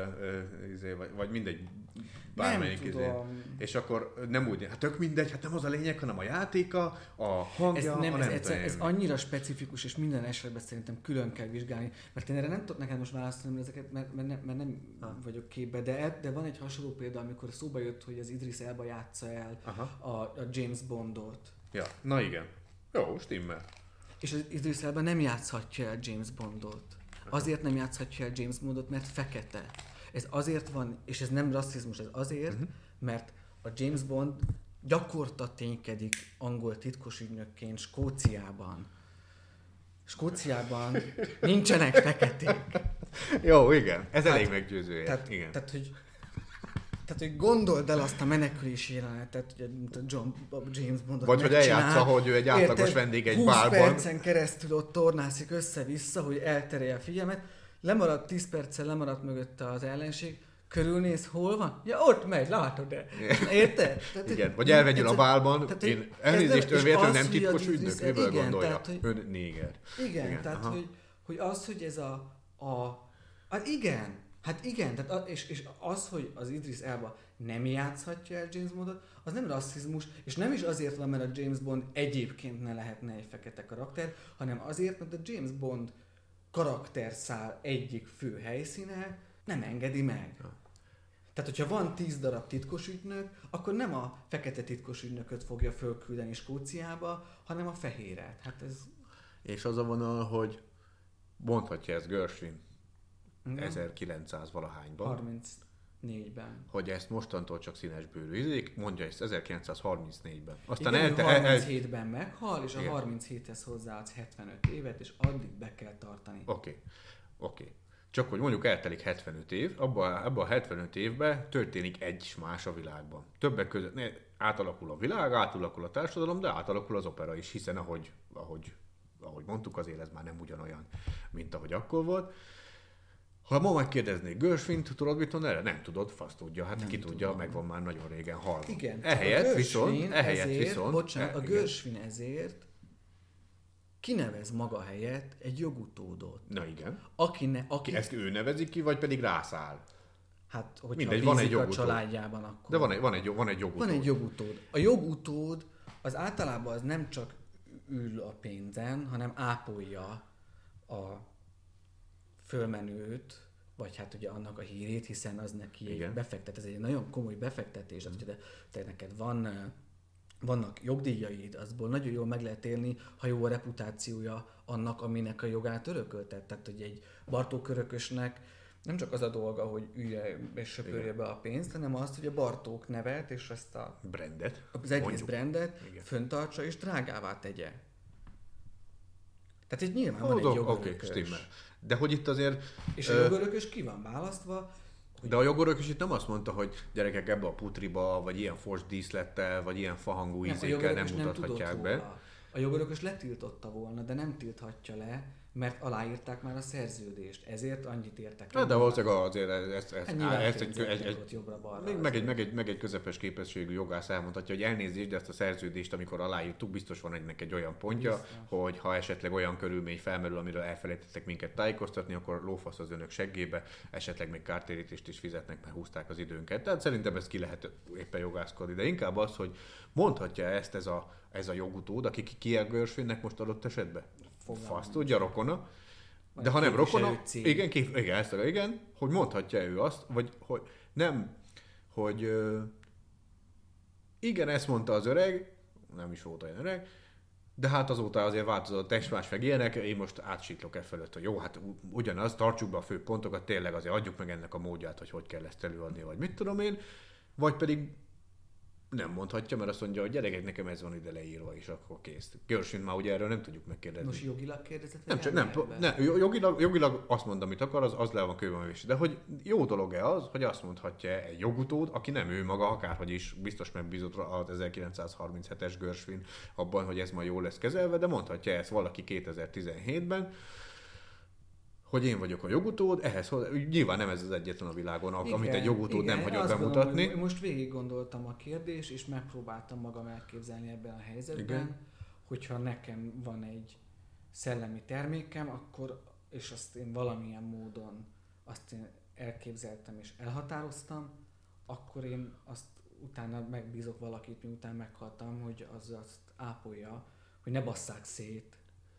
[SPEAKER 2] vagy mindegy, bármelyik izé. És akkor nem úgy, hát tök mindegy, hát nem az a lényeg, hanem a játéka, a hangja,
[SPEAKER 1] ez annyira specifikus, és minden esetben szerintem külön kell vizsgálni, mert én erre nem tudok neked most választani ezeket, mert nem vagyok képbe, de van egy hasonló példa, amikor szóba jött, hogy az Idris Elba játsza el a James Bondot.
[SPEAKER 2] Ja, na igen. Jó, stimmel.
[SPEAKER 1] És az Idris Elba nem játszhatja el James Bondot. Azért nem játszhatja el James Bondot, mert fekete. Ez azért van, és ez nem rasszizmus, ez azért, mert a James Bond gyakorta ténykedik angol titkosügynökként Skóciában. Skóciában nincsenek feketék.
[SPEAKER 2] Jó, igen, ez elég meggyőzője.
[SPEAKER 1] Tehát, hogy gondold el azt a menekülési jelenetet, hogy James Bondot
[SPEAKER 2] vagy hogy eljátsza, hogy ő egy átlagos vendég egy bárban.
[SPEAKER 1] 20 percen keresztül ott tornászik össze-vissza, hogy elterelje a figyelmet. Lemaradt 10 perccel, lemaradt mögötte az ellenség, körülnéz, hol van? Ja, ott megy, látod-e? Érted?
[SPEAKER 2] Igen, vagy elvegyül a bálban, elnézést, ő véletlenül nem titkos ügynök, miből gondolja? Ön néger.
[SPEAKER 1] Igen, tehát hogy az, hogy ez hát igen, tehát és az, hogy az Idris Elba nem játszhatja el James Bondot, az nem rasszizmus, és nem is azért van, mert a James Bond egyébként ne lehetne egy fekete karakter, hanem azért, mert a James Bond karakterszál egyik fő helyszíne nem engedi meg. Tehát, hogyha van 10 darab titkosügynök, akkor nem a fekete titkosügynököt fogja fölküldeni Skóciába, hanem a fehéret. Hát ez...
[SPEAKER 2] És az a vonal, hogy mondhatja ez Gershwin 1900 valahányban.
[SPEAKER 1] 34-ben.
[SPEAKER 2] Hogy ezt mostantól csak színesbőrű izék, mondja ezt 1934-ben. Aztán
[SPEAKER 1] Igen, 37-ben meghal, és igen. A 37-hez hozzáadsz 75 évet, és addig be kell tartani.
[SPEAKER 2] Oké. Csak hogy mondjuk eltelik 75 év, abban a 75 évben történik egy más a világban. Többek között átalakul a világ, átalakul a társadalom, de átalakul az opera is, hiszen ahogy mondtuk, azért ez már nem ugyanolyan, mint ahogy akkor volt. Ha ma megkérdeznék Gershwint, tudod mit mond erre? Nem tudod, fasz tudja, hát nem ki tudja, tudom. Meg van már nagyon régen halva.
[SPEAKER 1] Igen,
[SPEAKER 2] ehelyett viszont...
[SPEAKER 1] A Gershwin ezért kinevez maga helyett egy jogutódot.
[SPEAKER 2] Na igen.
[SPEAKER 1] Aki
[SPEAKER 2] ezt ő nevezi ki, vagy pedig rászáll?
[SPEAKER 1] Hát, hogyha
[SPEAKER 2] mindegy,
[SPEAKER 1] van egy a családjában, akkor...
[SPEAKER 2] De van egy jogutód.
[SPEAKER 1] Van egy jogutód. A jogutód az általában az nem csak ül a pénzen, hanem ápolja a fölmenőt, vagy hát ugye annak a hírét, hiszen az neki egy befektetés, ez egy nagyon komoly befektetés, hogy te neked vannak jogdíjaid, azból nagyon jól meg lehet élni, ha jó a reputációja annak, aminek a jogát örököltet. Tehát, hogy egy Bartók örökösnek nem csak az a dolga, hogy ülje és söpörje be a pénzt, hanem azt, hogy a Bartók nevet és ezt
[SPEAKER 2] brandet,
[SPEAKER 1] az egész brandet föntartsa és drágává tegye. Tehát itt nyilván van egy jogörökös.
[SPEAKER 2] De hogy itt azért...
[SPEAKER 1] És a jogörökös ki van választva?
[SPEAKER 2] De a jogörökös itt nem azt mondta, hogy gyerekek ebbe a putriba, vagy ilyen fos díszlettel, vagy ilyen fahangú ízékkel nem mutathatják be.
[SPEAKER 1] A jogörökös letiltotta volna, de nem tilthatja le, mert aláírták már a szerződést. Ezért annyit értek el.
[SPEAKER 2] De valószínűleg azért meg egy közepes képességű jogász elmondhatja, hogy elnézést, de ezt a szerződést, amikor aláírtuk, biztos van ennek egy olyan pontja, biztos, hogy ha esetleg olyan körülmény felmerül, amiről elfelejtettek minket tájékoztatni, akkor lófasz az önök seggébe, esetleg még kártérítést is fizetnek, mert húzták az időnket. Tehát szerintem ezt ki lehet éppen jogászkodni. De inkább az, hogy mondhatja ezt ez a jogutód, aki ki a Gershwinnek most adott esetben? Fasz tudja, rokona. De ha nem rokona, igen, hogy mondhatja ő azt, vagy hogy nem, hogy igen, ezt mondta az öreg, nem is volt olyan öreg, de hát azóta azért változott a testmás meg ilyenek, én most átsiklok felett, hogy jó, hát ugyanaz, tartsuk be a fő pontokat, tényleg azért adjuk meg ennek a módját, hogy kell ezt előadni, vagy mit tudom én, vagy pedig nem mondhatja, mert azt mondja, hogy gyerekek, nekem ez van ide leírva, és akkor kész. Gershwin már ugye erről nem tudjuk megkérdezni.
[SPEAKER 1] Most jogilag kérdezett?
[SPEAKER 2] Nem, jogilag azt mond, amit akar, az le van kőben. De hogy jó dolog-e az, hogy azt mondhatja egy jogutód, aki nem ő maga, akárhogy is biztos megbízott az 1937-es Gershwin abban, hogy ez majd jól lesz kezelve, de mondhatja ezt valaki 2017-ben, hogy én vagyok a jogutód, nyilván nem ez az egyetlen a világon, amit egy jogutód nem hagyott bemutatni.
[SPEAKER 1] Gondolom, most végig gondoltam a kérdést, és megpróbáltam magam elképzelni ebben a helyzetben, hogyha nekem van egy szellemi termékem, akkor, és azt én valamilyen módon azt én elképzeltem és elhatároztam, akkor én azt utána megbízok valakit, miután meghaltam, hogy az azt ápolja, hogy ne basszák szét,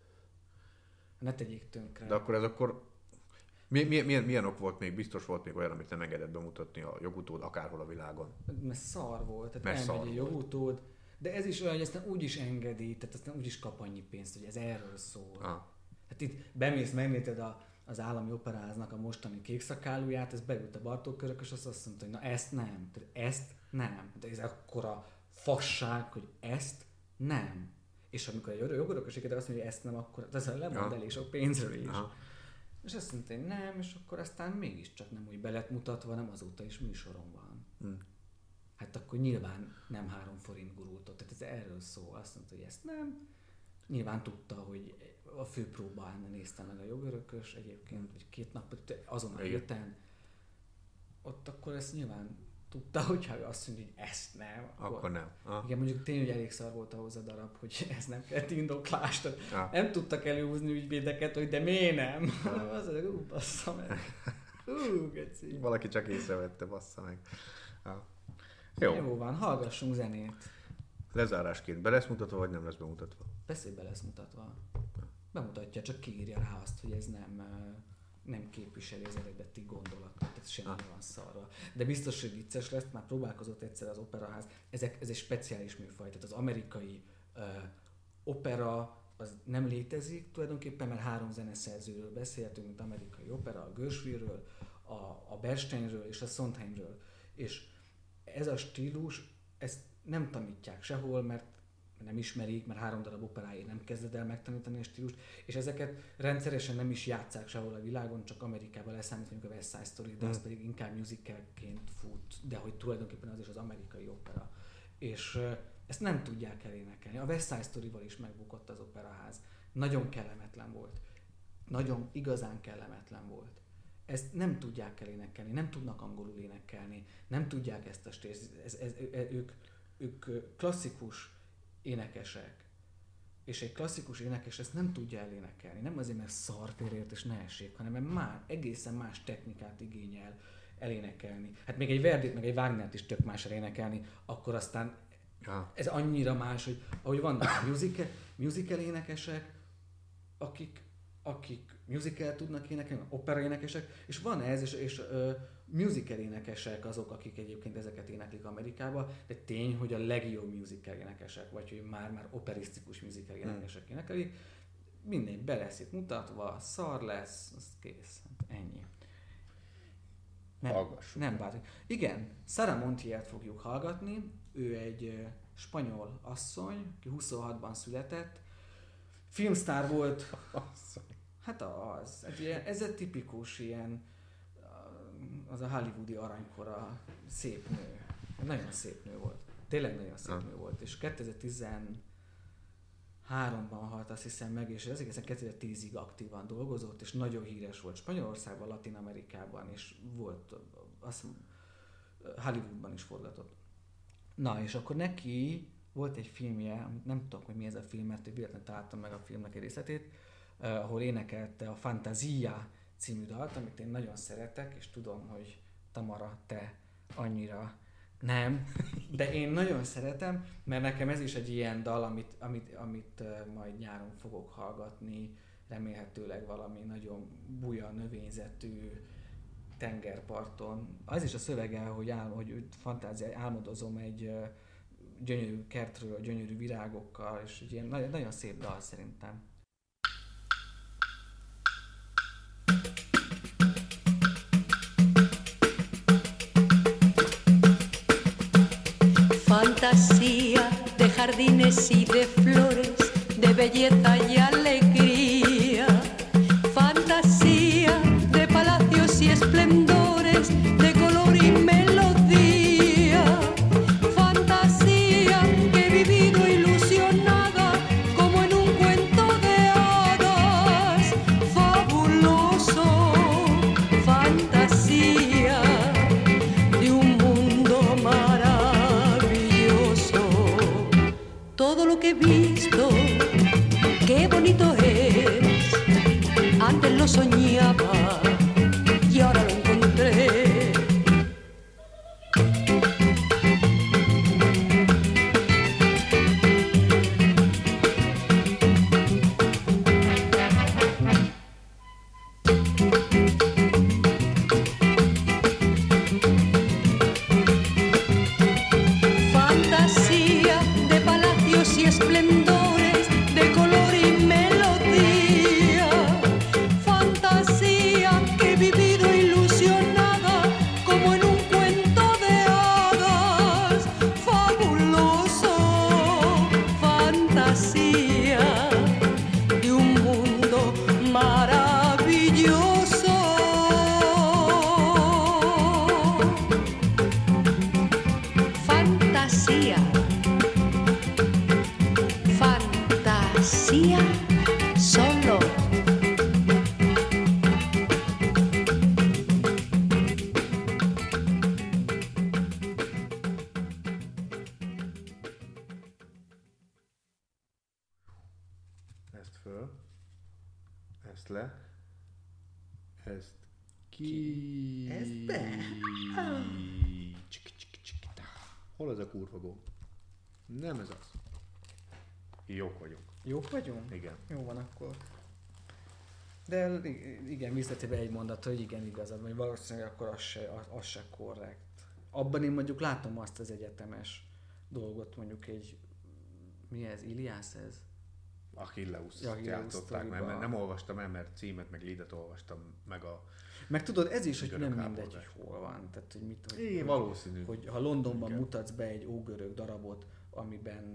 [SPEAKER 1] ne tegyék tönkre.
[SPEAKER 2] De akkor ez akkor... Milyen ok volt még? Biztos volt még olyan, amit nem engedett bemutatni a jogutód akárhol a világon.
[SPEAKER 1] Mert szar volt. Tehát elmegy a jogutód, de ez is olyan, hogy aztán úgy is engedi, tehát aztán úgy is kap annyi pénzt, hogy ez erről szól. Tehát itt bemész, megnézed az állami operáznak a mostani kékszakálúját, ez beült a Bartók körökös, azt mondta, hogy na ezt nem. Tehát ezt nem. De ez akkora fasság, hogy ezt nem. És amikor egy jogörökös azt mondja, hogy ezt nem, akkor ez lemond elég sok pénzről is. Aha. És azt mondta, hogy nem, és akkor aztán mégiscsak nem úgy be lett mutatva, nem azóta is műsorom van. Hát akkor nyilván nem 3 forint gurultott, tehát ez erről szól. Azt mondta, hogy ezt nem. Nyilván tudta, hogy a főpróbán nézte meg a jogörökös egyébként, vagy 2 nap azon a héten. Ott akkor ezt nyilván tudta, hogyha ő azt mondja, hogy ezt nem.
[SPEAKER 2] Akkor nem.
[SPEAKER 1] Igen, mondjuk tényleg elég szar volt ahhoz a darab, hogy ez nem kellett indoklást. Nem tudtak előhúzni ügyvédeket, hogy de miért nem? Az bassza meg. Geci.
[SPEAKER 2] Valaki csak észrevette, bassza meg.
[SPEAKER 1] Jó van, hallgassunk zenét.
[SPEAKER 2] Lezárásként be lesz mutatva, vagy nem lesz bemutatva?
[SPEAKER 1] Persze, be lesz mutatva. bemutatja, csak kiírja rá azt, hogy ez nem képviseli az eredeti gondolatot, tehát semmi van szarva. De biztos, hogy vicces lesz, már próbálkozott egyszer az Operaház, ez egy speciális műfaj, tehát az amerikai opera az nem létezik tulajdonképpen, mert 3 zeneszerzőről beszéltünk, mint amerikai opera, a Gershwinről, a Bernsteinről és a Sondheimről. És ez a stílus, ezt nem tanítják sehol, mert nem ismerik, mert 3 darab operáig nem kezded el megtanítani a stílust, és ezeket rendszeresen nem is játsszák sehol a világon, csak Amerikában leszámít mondjuk a West Side Story, de az pedig inkább musicalként fut, de hogy tulajdonképpen az is az amerikai opera. És ezt nem tudják elénekelni. A West Side Storyval is megbukott az Operaház. Nagyon kellemetlen volt. Nagyon igazán kellemetlen volt. Ezt nem tudják elénekelni, nem tudnak angolul énekelni, nem tudják ezt a ők klasszikus énekesek. És egy klasszikus énekes ezt nem tudja elénekelni. Nem azért, mert szarférért és ne essék, hanem mert már egészen más technikát igényel elénekelni. Hát még egy Verdit, meg egy Wagnert is tök más elénekelni, akkor aztán ez annyira más, hogy ahogy vannak musical énekesek, akik musical tudnak énekelni, opera énekesek, és van ez, és musical énekesek azok, akik egyébként ezeket éneklik Amerikában, de tény, hogy a legjobb musical énekesek, vagy hogy már operisztikus musical énekesek énekelik, mindegy, be lesz itt mutatva, szar lesz, az kész, ennyi. Nem bátor. Igen, Sara Montiel-t fogjuk hallgatni, ő egy spanyol asszony, aki 26-ban született, filmsztár volt. Hát az. Ez egy tipikus ilyen, az a hollywoodi aranykora szép nő. Nagyon szép nő volt. Tényleg nagyon szép nő volt. És 2013-ban halt, azt hiszem meg, és 2010-ig aktívan dolgozott, és nagyon híres volt Spanyolországban, Latin-Amerikában, és volt, azt Hollywoodban is forgatott. Na, és akkor neki volt egy filmje, nem tudom, hogy mi ez a film, mert véletlenül találtam meg a filmnek egy részletét, ahol énekelte a Fantasia című dalt, amit én nagyon szeretek, és tudom, hogy Tamara, te annyira nem, de én nagyon szeretem, mert nekem ez is egy ilyen dal, amit majd nyáron fogok hallgatni, remélhetőleg valami nagyon buja növényzetű tengerparton. Az is a szövege, hogy fantázia, álmodozom egy gyönyörű kertről, gyönyörű virágokkal, és egy ilyen nagyon szép dal szerintem.
[SPEAKER 4] Fantasía de jardines y de flores, de belleza y alegría. Fantasía de palacios y esplendores, de color y melodía. Fantasía que he vivido ilusionada como en un cuento de hadas. Fabuloso, fantasía de un mundo maravilloso. Todo lo que he visto, qué bonito es. Antes lo soñaba y ahora lo encontré. Fantasía de palacios y esplendores, de color y melodía. Fantasía que he vivido ilusionada como en un cuento de hadas. Fabuloso, fantasía de un mundo maravilloso. Fantasía, fantasía solo.
[SPEAKER 2] Ezt föl, ezt le, ezt ki.
[SPEAKER 1] Ezt be.
[SPEAKER 2] Hol az a kurva gomb? Nem ez az. Jók vagyunk.
[SPEAKER 1] Jók vagyunk?
[SPEAKER 2] Igen.
[SPEAKER 1] Jó van akkor. De igen, visszatérve egy mondat, hogy igen, igazad, vagy valószínűleg akkor az se korrekt. Abban én mondjuk látom azt az egyetemes dolgot, mondjuk egy, mi ez, Iliász ez?
[SPEAKER 2] Achilleus játszották, mert nem olvastam el, mert címet meg lidet olvastam meg a...
[SPEAKER 1] Meg tudod, ez is, hogy nem mindegy, hogy hol van. Tehát, hogy mit, hogy,
[SPEAKER 2] valószínű.
[SPEAKER 1] Hogy ha Londonban mutatsz be egy ógörög darabot, amiben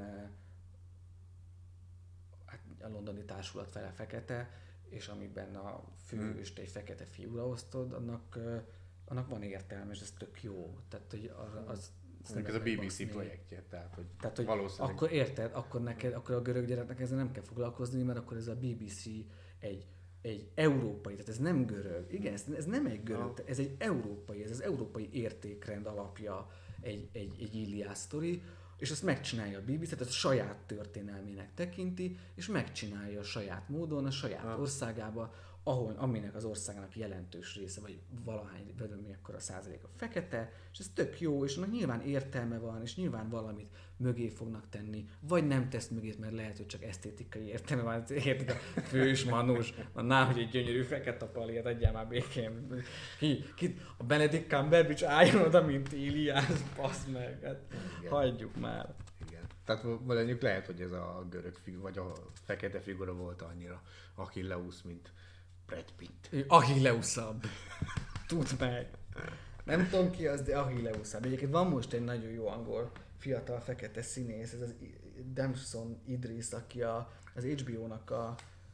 [SPEAKER 1] hát a londoni társulat fele fekete, és amiben a főhőst egy fekete fiúra osztod, annak van értelme, és ez tök jó. Tehát, hogy az
[SPEAKER 2] ez a BBC projektje, tehát hogy valószínűleg...
[SPEAKER 1] Akkor érted, akkor a görög gyereknek ezzel nem kell foglalkozni, mert akkor ez a BBC egy európai, tehát ez nem görög. Igen, ez nem egy görög, ez egy európai, ez az európai értékrend alapja egy Iliász sztori, és ezt megcsinálja a BBC, tehát ezt a saját történelmének tekinti, és megcsinálja a saját módon, a saját országába, aminek az országának jelentős része, vagy valahány, vagy mekkora százaléka fekete, és ez tök jó, és annak nyilván értelme van, és nyilván valamit mögé fognak tenni, vagy nem tesz mögé, mert lehet, hogy csak esztétikai értelme van, érted, a fős manus, hogy egy gyönyörű fekete paliát, adjál már békén. A Benedict Cumberbatch álljon oda, mint Iliász, bassz meg, hát hagyjuk már.
[SPEAKER 2] Igen. Tehát mondjuk lehet, hogy ez a görög figura, vagy a fekete figura volt annyira Achilleus, mint Brad Pitt.
[SPEAKER 1] Achilleusabb. Tudd meg. Nem tudom ki az, de Achilleusabb. Egyébként van most egy nagyon jó angol fiatal fekete színész, ez az Damson Idris, aki az HBO-nak a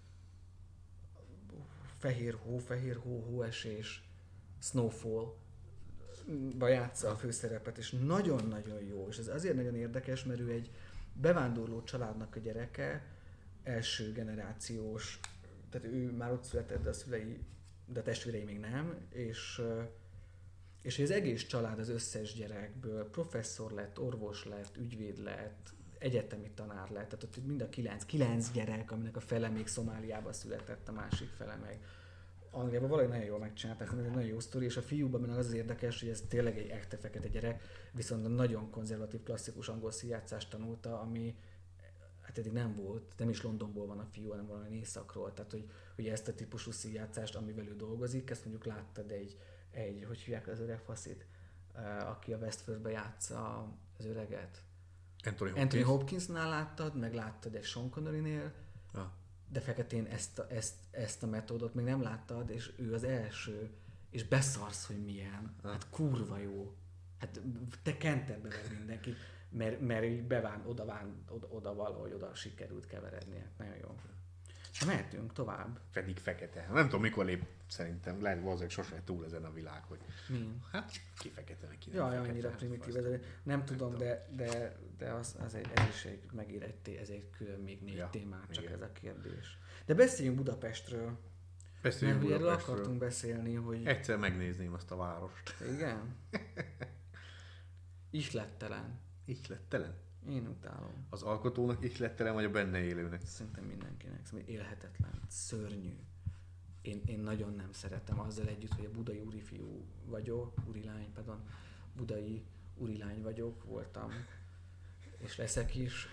[SPEAKER 1] fehér hó, hóesés, Snowfall-ba játsza a főszerepet, és nagyon-nagyon jó. És ez azért nagyon érdekes, mert ő egy bevándorló családnak a gyereke, első generációs, tehát ő már ott született, de a testvérei még nem, és az egész család az összes gyerekből professzor lett, orvos lett, ügyvéd lett, egyetemi tanár lett, tehát ott mind a 9 gyerek, aminek a fele még Szomáliában született, a másik fele meg Angliában valahogy nagyon jól megcsinálták, ez egy nagyon jó sztori, és a fiúban meg az érdekes, hogy ez tényleg egy echte fekete gyerek, viszont a nagyon konzervatív, klasszikus angol színjátszást tanulta, ami hát eddig nem volt, nem is Londonból van a fiú, hanem valami északról, tehát hogy ezt a típusú színjátszást, amivel ő dolgozik, ezt mondjuk láttad egy hogy hívják az öreg faszit, aki a Westworldbe játsza az öreget. Anthony Hopkinsnál láttad, meg láttad egy Sean Connery-nél, de feketén ezt a metódot még nem láttad, és ő az első, és beszarsz, hogy milyen. Hát kurva jó. Hát te kenterbe ver mindenkit, mert így oda valahogy oda sikerült keverednie. Nagyon jó. Ha mehetünk tovább.
[SPEAKER 2] Pedig fekete. Nem tudom, mikor lép, szerintem lehet valószínűleg sosem túl ezen a világ, hogy hát ki fekete, neki nem fekete.
[SPEAKER 1] Annyira primitív ez. Nem tudom, de ez is megír ez egy külön még 4 témát, csak igen. Ez a kérdés. De beszéljünk Budapestről. Mert erről akartunk beszélni, hogy...
[SPEAKER 2] Egyszer megnézném azt a várost.
[SPEAKER 1] Igen? Ihlettelen.
[SPEAKER 2] Ihlettelen?
[SPEAKER 1] Én utálom.
[SPEAKER 2] Az alkotónak ihlettelen, vagy a benne élőnek?
[SPEAKER 1] Szerintem mindenkinek. Szerintem élhetetlen. Szörnyű. Én nagyon nem szeretem azzal együtt, hogy a budai úrifiú vagyok, budai úrilány voltam, és leszek is.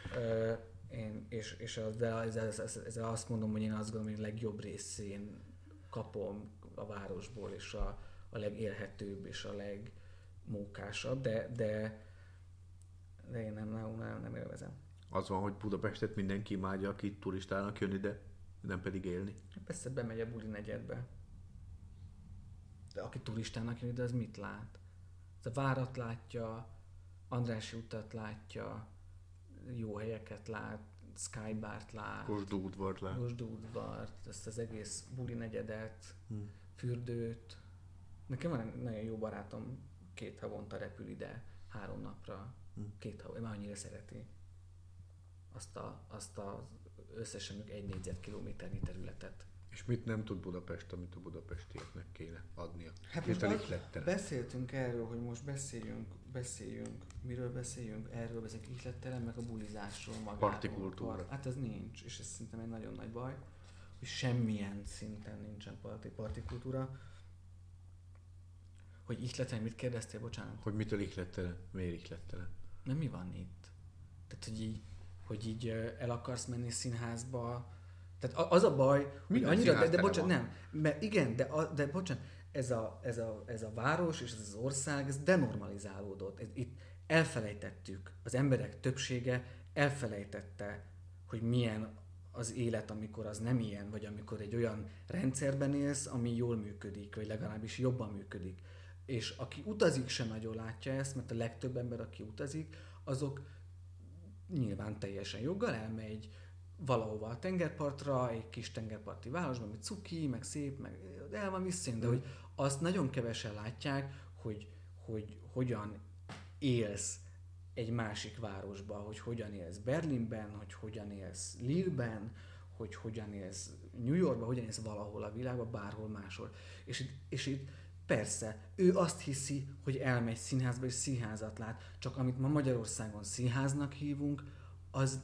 [SPEAKER 1] Ezzel azt mondom, hogy én azt gondolom, hogy a legjobb részén kapom a városból, és a legélhetőbb, és a legmókásabb, de én nem élvezem.
[SPEAKER 2] Az van, hogy Budapestet mindenki imádja, aki turistának jön ide, nem pedig élni.
[SPEAKER 1] Persze bemegy a buli negyedbe. De aki turistának jön ide, az mit lát? Az a várat látja, Andrássy utat látja, jó helyeket lát, Skybart lát, Kossuth-udvart, ezt az egész buli negyedet, fürdőt. Nekem van egy nagyon jó barátom, 2 havonta repül ide, 3 napra. 2 havonta, már annyira szereti azt az összesen 1 négyzetkilométernyi területet.
[SPEAKER 2] És mit nem tud Budapest, amit a budapestieknek kéne adnia?
[SPEAKER 1] Hát most beszéltünk erről, hogy most beszéljünk, miről beszéljünk? Erről beszélünk, ihlettelen, meg a bulizásról magáról.
[SPEAKER 2] Partikultúra.
[SPEAKER 1] Hát ez nincs, és ez szerintem egy nagyon nagy baj, hogy semmilyen szinten nincsen partikultúra. Hogy ihlettelen, mit kérdeztél, bocsánat?
[SPEAKER 2] Hogy mitől ihlettelen? Miért ihlettelen?
[SPEAKER 1] Nem, mi van itt? Tehát, hogy így el akarsz menni színházba, Tehát az a baj, hogy annyira, de bocsánat,
[SPEAKER 2] van.
[SPEAKER 1] nem, mert igen, de bocsánat, ez a város és ez az ország, ez denormalizálódott. Itt elfelejtettük, az emberek többsége elfelejtette, hogy milyen az élet, amikor az nem ilyen, vagy amikor egy olyan rendszerben élsz, ami jól működik, vagy legalábbis jobban működik. És aki utazik, sem nagyon látja ezt, mert a legtöbb ember, aki utazik, azok nyilván teljesen joggal elmegy valahova a tengerpartra, egy kis tengerparti városban, ami cuki, meg szép, meg el van visszajön, de hogy azt nagyon kevesen látják, hogy hogyan élsz egy másik városba, hogy hogyan élsz Berlinben, hogy hogyan élsz Lille-ben, hogy hogyan élsz New Yorkban, hogyan élsz valahol a világban, bárhol máshol. És itt persze, ő azt hiszi, hogy elmegy színházba és színházat lát, csak amit ma Magyarországon színháznak hívunk, az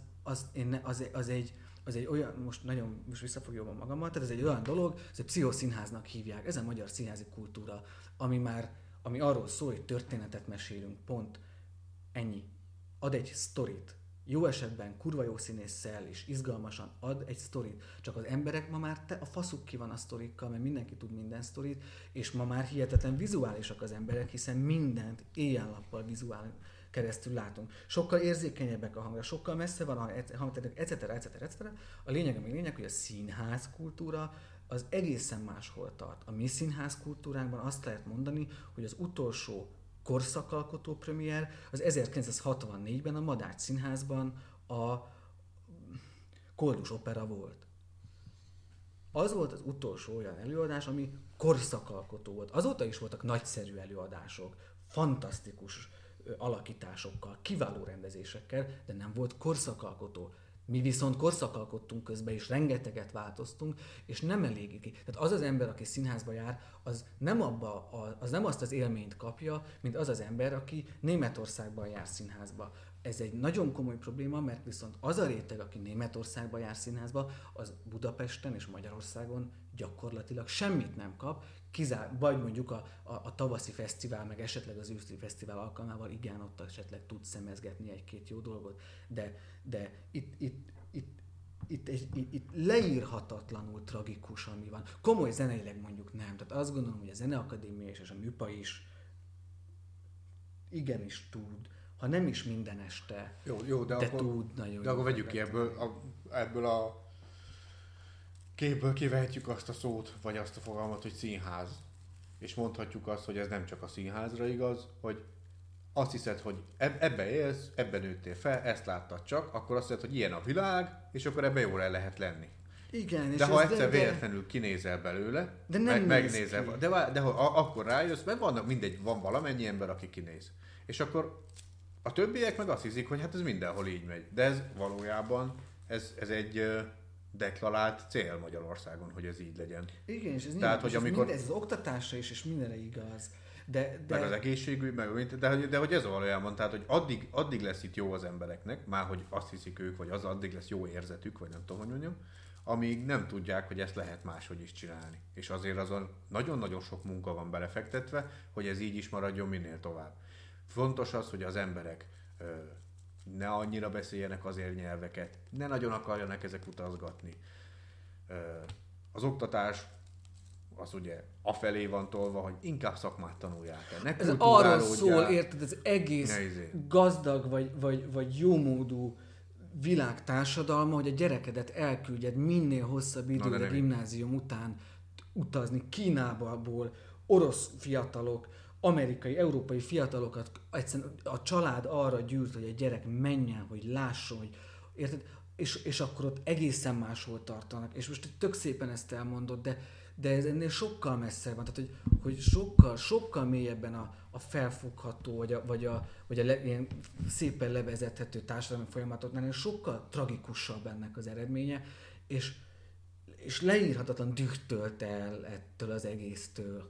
[SPEAKER 1] egy olyan, most visszafogja jobban magamat, tehát ez egy olyan dolog, ez egy pszichoszínháznak hívják, ez a magyar színházi kultúra, ami arról szól, hogy történetet mesélünk, pont. Ennyi. Ad egy sztorit. Jó esetben kurva jó színésszel és izgalmasan ad egy sztorit. Csak az emberek ma már a faszuk ki van a sztorikkal, mert mindenki tud minden sztorit, és ma már hihetetlen vizuálisak az emberek, hiszen mindent éjjel-nappal vizuál keresztül látunk. Sokkal érzékenyebbek a hangra, sokkal messze van a hangterek, etc. A lényeg, hogy a színház kultúra az egészen máshol tart. A mi színház kultúránkban azt lehet mondani, hogy az utolsó korszakalkotó premier az 1964-ben a Madách Színházban a Koldus Opera volt. Az volt az utolsó olyan előadás, ami korszakalkotó volt. Azóta is voltak nagyszerű előadások, fantasztikus alakításokkal, kiváló rendezésekkel, de nem volt korszakalkotó. Mi viszont korszakalkottunk közben, és rengeteget változtunk, és nem eléggé. Tehát az az ember, aki színházba jár, az nem azt az élményt kapja, mint az az ember, aki Németországban jár színházba. Ez egy nagyon komoly probléma, mert viszont az a réteg, aki Németországban jár színházba, az Budapesten és Magyarországon gyakorlatilag semmit nem kap, vagy mondjuk a tavaszi fesztivál, meg esetleg az őszi fesztivál alkalmával, igen, ott esetleg tud szemezgetni egy-két jó dolgot, de itt leírhatatlanul tragikus, ami van. Komoly zeneileg mondjuk nem. Tehát azt gondolom, hogy a Zeneakadémia és a Műpa is igenis tud, ha nem is minden este,
[SPEAKER 2] jó, de akkor,
[SPEAKER 1] tud nagyon
[SPEAKER 2] de akkor vegyük ki ebből a képből kivehetjük azt a szót, vagy azt a fogalmat, hogy színház. És mondhatjuk azt, hogy ez nem csak a színházra igaz, hogy azt hiszed, hogy ebben élsz, ebben nőttél fel, ezt láttad csak, akkor azt hiszed, hogy ilyen a világ, és akkor ebben jól el lehet lenni.
[SPEAKER 1] Igen, és
[SPEAKER 2] de ha egyszer véletlenül kinézel belőle,
[SPEAKER 1] de nem
[SPEAKER 2] megnézel, de akkor rájössz, mert van valamennyi ember, aki kinéz. És akkor a többiek meg azt hiszik, hogy hát ez mindenhol így megy. De ez valójában, ez egy deklarált cél Magyarországon, hogy ez így legyen.
[SPEAKER 1] Igen, és ez
[SPEAKER 2] tehát, hogy amikor
[SPEAKER 1] ez az oktatásra is, és mindenre igaz.
[SPEAKER 2] Meg az egészségügy, de hogy ez valójában, tehát hogy addig lesz itt jó az embereknek, már hogy azt hiszik ők, vagy addig lesz jó érzetük, vagy nem tudom, hogy mondjam, amíg nem tudják, hogy ezt lehet máshogy is csinálni. És azért azon nagyon-nagyon sok munka van belefektetve, hogy ez így is maradjon minél tovább. Fontos az, hogy az emberek ne annyira beszéljenek azért nyelveket, ne nagyon akarjanak ezek utazgatni. Az oktatás az ugye afelé van tolva, hogy inkább szakmát tanulják el. Ne
[SPEAKER 1] ez arról szól, érted, az egész gazdag vagy jómódú világtársadalma, hogy a gyerekedet elküldjed minél hosszabb időre gimnázium után utazni Kínából, orosz fiatalok, amerikai, európai fiatalokat, egyszerűen a család arra gyűrt, hogy a gyerek menjen, hogy lásson, hogy, érted? És akkor ott egészen máshol tartanak. És most tök szépen ezt elmondod, de ez ennél sokkal messzebb van. Tehát, hogy sokkal mélyebben a felfogható, vagy a ilyen szépen levezethető társadalmi folyamatoknál sokkal tragikusabb ennek az eredménye, és leírhatatlan düh tölt el ettől az egésztől,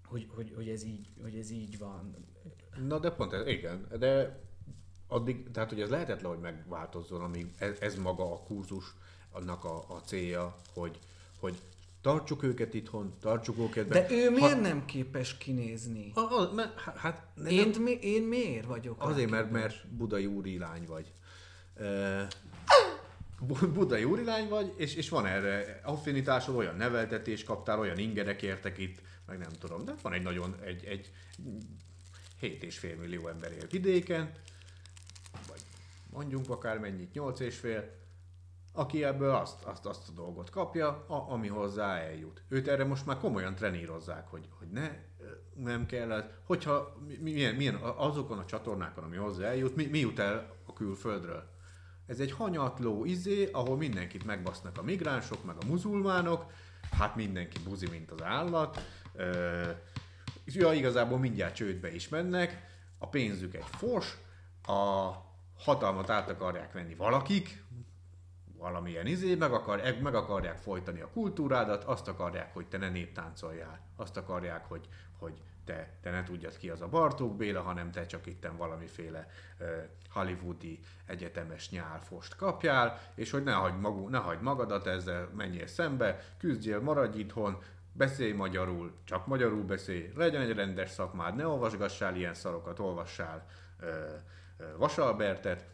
[SPEAKER 1] hogy ez így van.
[SPEAKER 2] Na de pont ez, igen, de addig, tehát hogy ez lehetetlen, hogy megváltozzon, amíg ez maga a kurzus, annak a célja, hogy tartsuk őket itthon, tartsuk őket be.
[SPEAKER 1] De ő miért nem képes kinézni?
[SPEAKER 2] Hát,
[SPEAKER 1] én miért vagyok?
[SPEAKER 2] Azért, mert budai úri lány vagy. budai úrilány vagy, és van erre affinitásod, olyan neveltetés kaptál, olyan ingerek értek itt, meg nem tudom, de van egy 7,5 millió ember él vidéken, vagy mondjunk akármennyit, 8,5, aki ebből azt a dolgot kapja, ami hozzá eljut. Őt erre most már komolyan trenírozzák, hogy nem kell, hogyha milyen azokon a csatornákon, ami hozzá eljut, mi jut el a külföldről. Ez egy hanyatló ahol mindenkit megbasznak a migránsok, meg a muzulmánok, hát mindenki buzi, mint az állat. Igazából mindjárt csődbe is mennek, a pénzük egy fos, a hatalmat át akarják venni valakik, valamilyen meg akarják folytani a kultúrádat, azt akarják, hogy te ne néptáncoljál, azt akarják, hogy te ne tudjad ki az a Bartók Béla, hanem te csak itten valamiféle hollywoodi egyetemes nyálfost kapjál, és hogy ne hagyd magadat ezzel, menjél szembe, küzdjél, maradj itthon, beszélj magyarul, csak magyarul beszélj, legyen egy rendes szakmád, ne olvasgassál ilyen szarokat, olvassál Vasalbertet,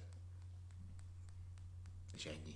[SPEAKER 2] és ennyi.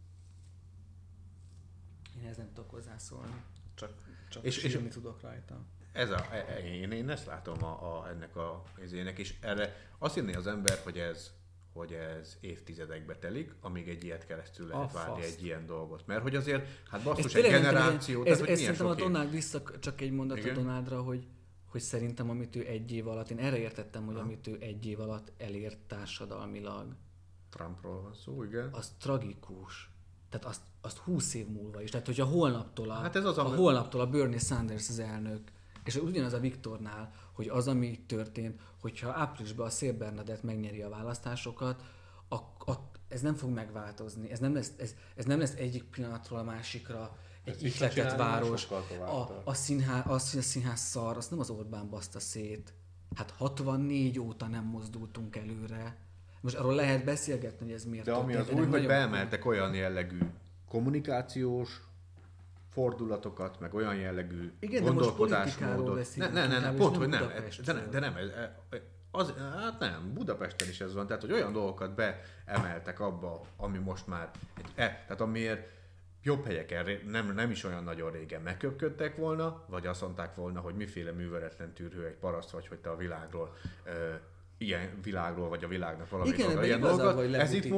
[SPEAKER 1] Én ezt nem tudok hozzászólni, csak
[SPEAKER 2] és
[SPEAKER 1] sírni tudok rajta.
[SPEAKER 2] Én ezt látom ennek a izének, és erre azt hinné az ember, hogy ez évtizedekbe telik, amíg egy ilyet keresztül lehet várni egy ilyen dolgot. Mert hogy azért, hát basszus, egy generáció, tehát hogy milyen sok
[SPEAKER 1] Donald csak egy mondat a Donaldra, hogy szerintem amit ő egy év alatt, én erre értettem, hogy amit ő egy év alatt elért társadalmilag.
[SPEAKER 2] Trumpról van szó, igen.
[SPEAKER 1] Az tragikus. Tehát azt 20 év múlva is. Tehát, hogyha holnaptól holnaptól a Bernie Sanders az elnök, és ugyanaz a Viktornál, hogy az, ami itt történt, hogyha áprilisban a Szél Bernadett megnyeri a választásokat, ez nem fog megváltozni. Ez nem lesz egyik pillanatról a másikra egy ihletett város. A színház szar, azt nem az Orbán baszta szét. Hát 64 óta nem mozdultunk előre. Most arról lehet beszélgetni, hogy ez miért
[SPEAKER 2] történt. De ami az új, hogy beemeltek olyan jellegű kommunikációs fordulatokat, meg olyan jellegű gondolkodásmódot. Nem, pont, hogy nem. De nem, hát nem, Budapesten is ez van. Tehát, hogy olyan dolgokat beemeltek abba, ami most már, tehát amiért jobb helyeken nem is olyan nagyon régen megköpködtek volna, vagy azt mondták volna, hogy miféle műveletlen tűrhő egy paraszt vagy, hogy te a világról ilyen világról, vagy a világnak valami ilyen dolgot. Ez itt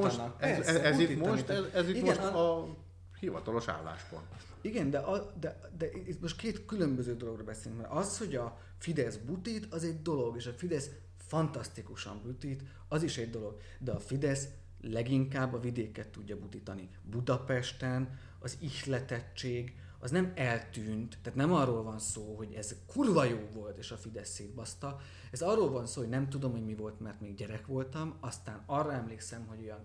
[SPEAKER 2] most a hivatalos álláspont.
[SPEAKER 1] Igen, de itt most két különböző dologról beszélünk. Mert az, hogy a Fidesz butít, az egy dolog, és a Fidesz fantasztikusan butít, az is egy dolog. De a Fidesz leginkább a vidéket tudja butítani. Budapesten az ihletettség, az nem eltűnt, tehát nem arról van szó, hogy ez kurva jó volt, és a Fidesz szétbaszta. Ez arról van szó, hogy nem tudom, hogy mi volt, mert még gyerek voltam, aztán arra emlékszem, hogy olyan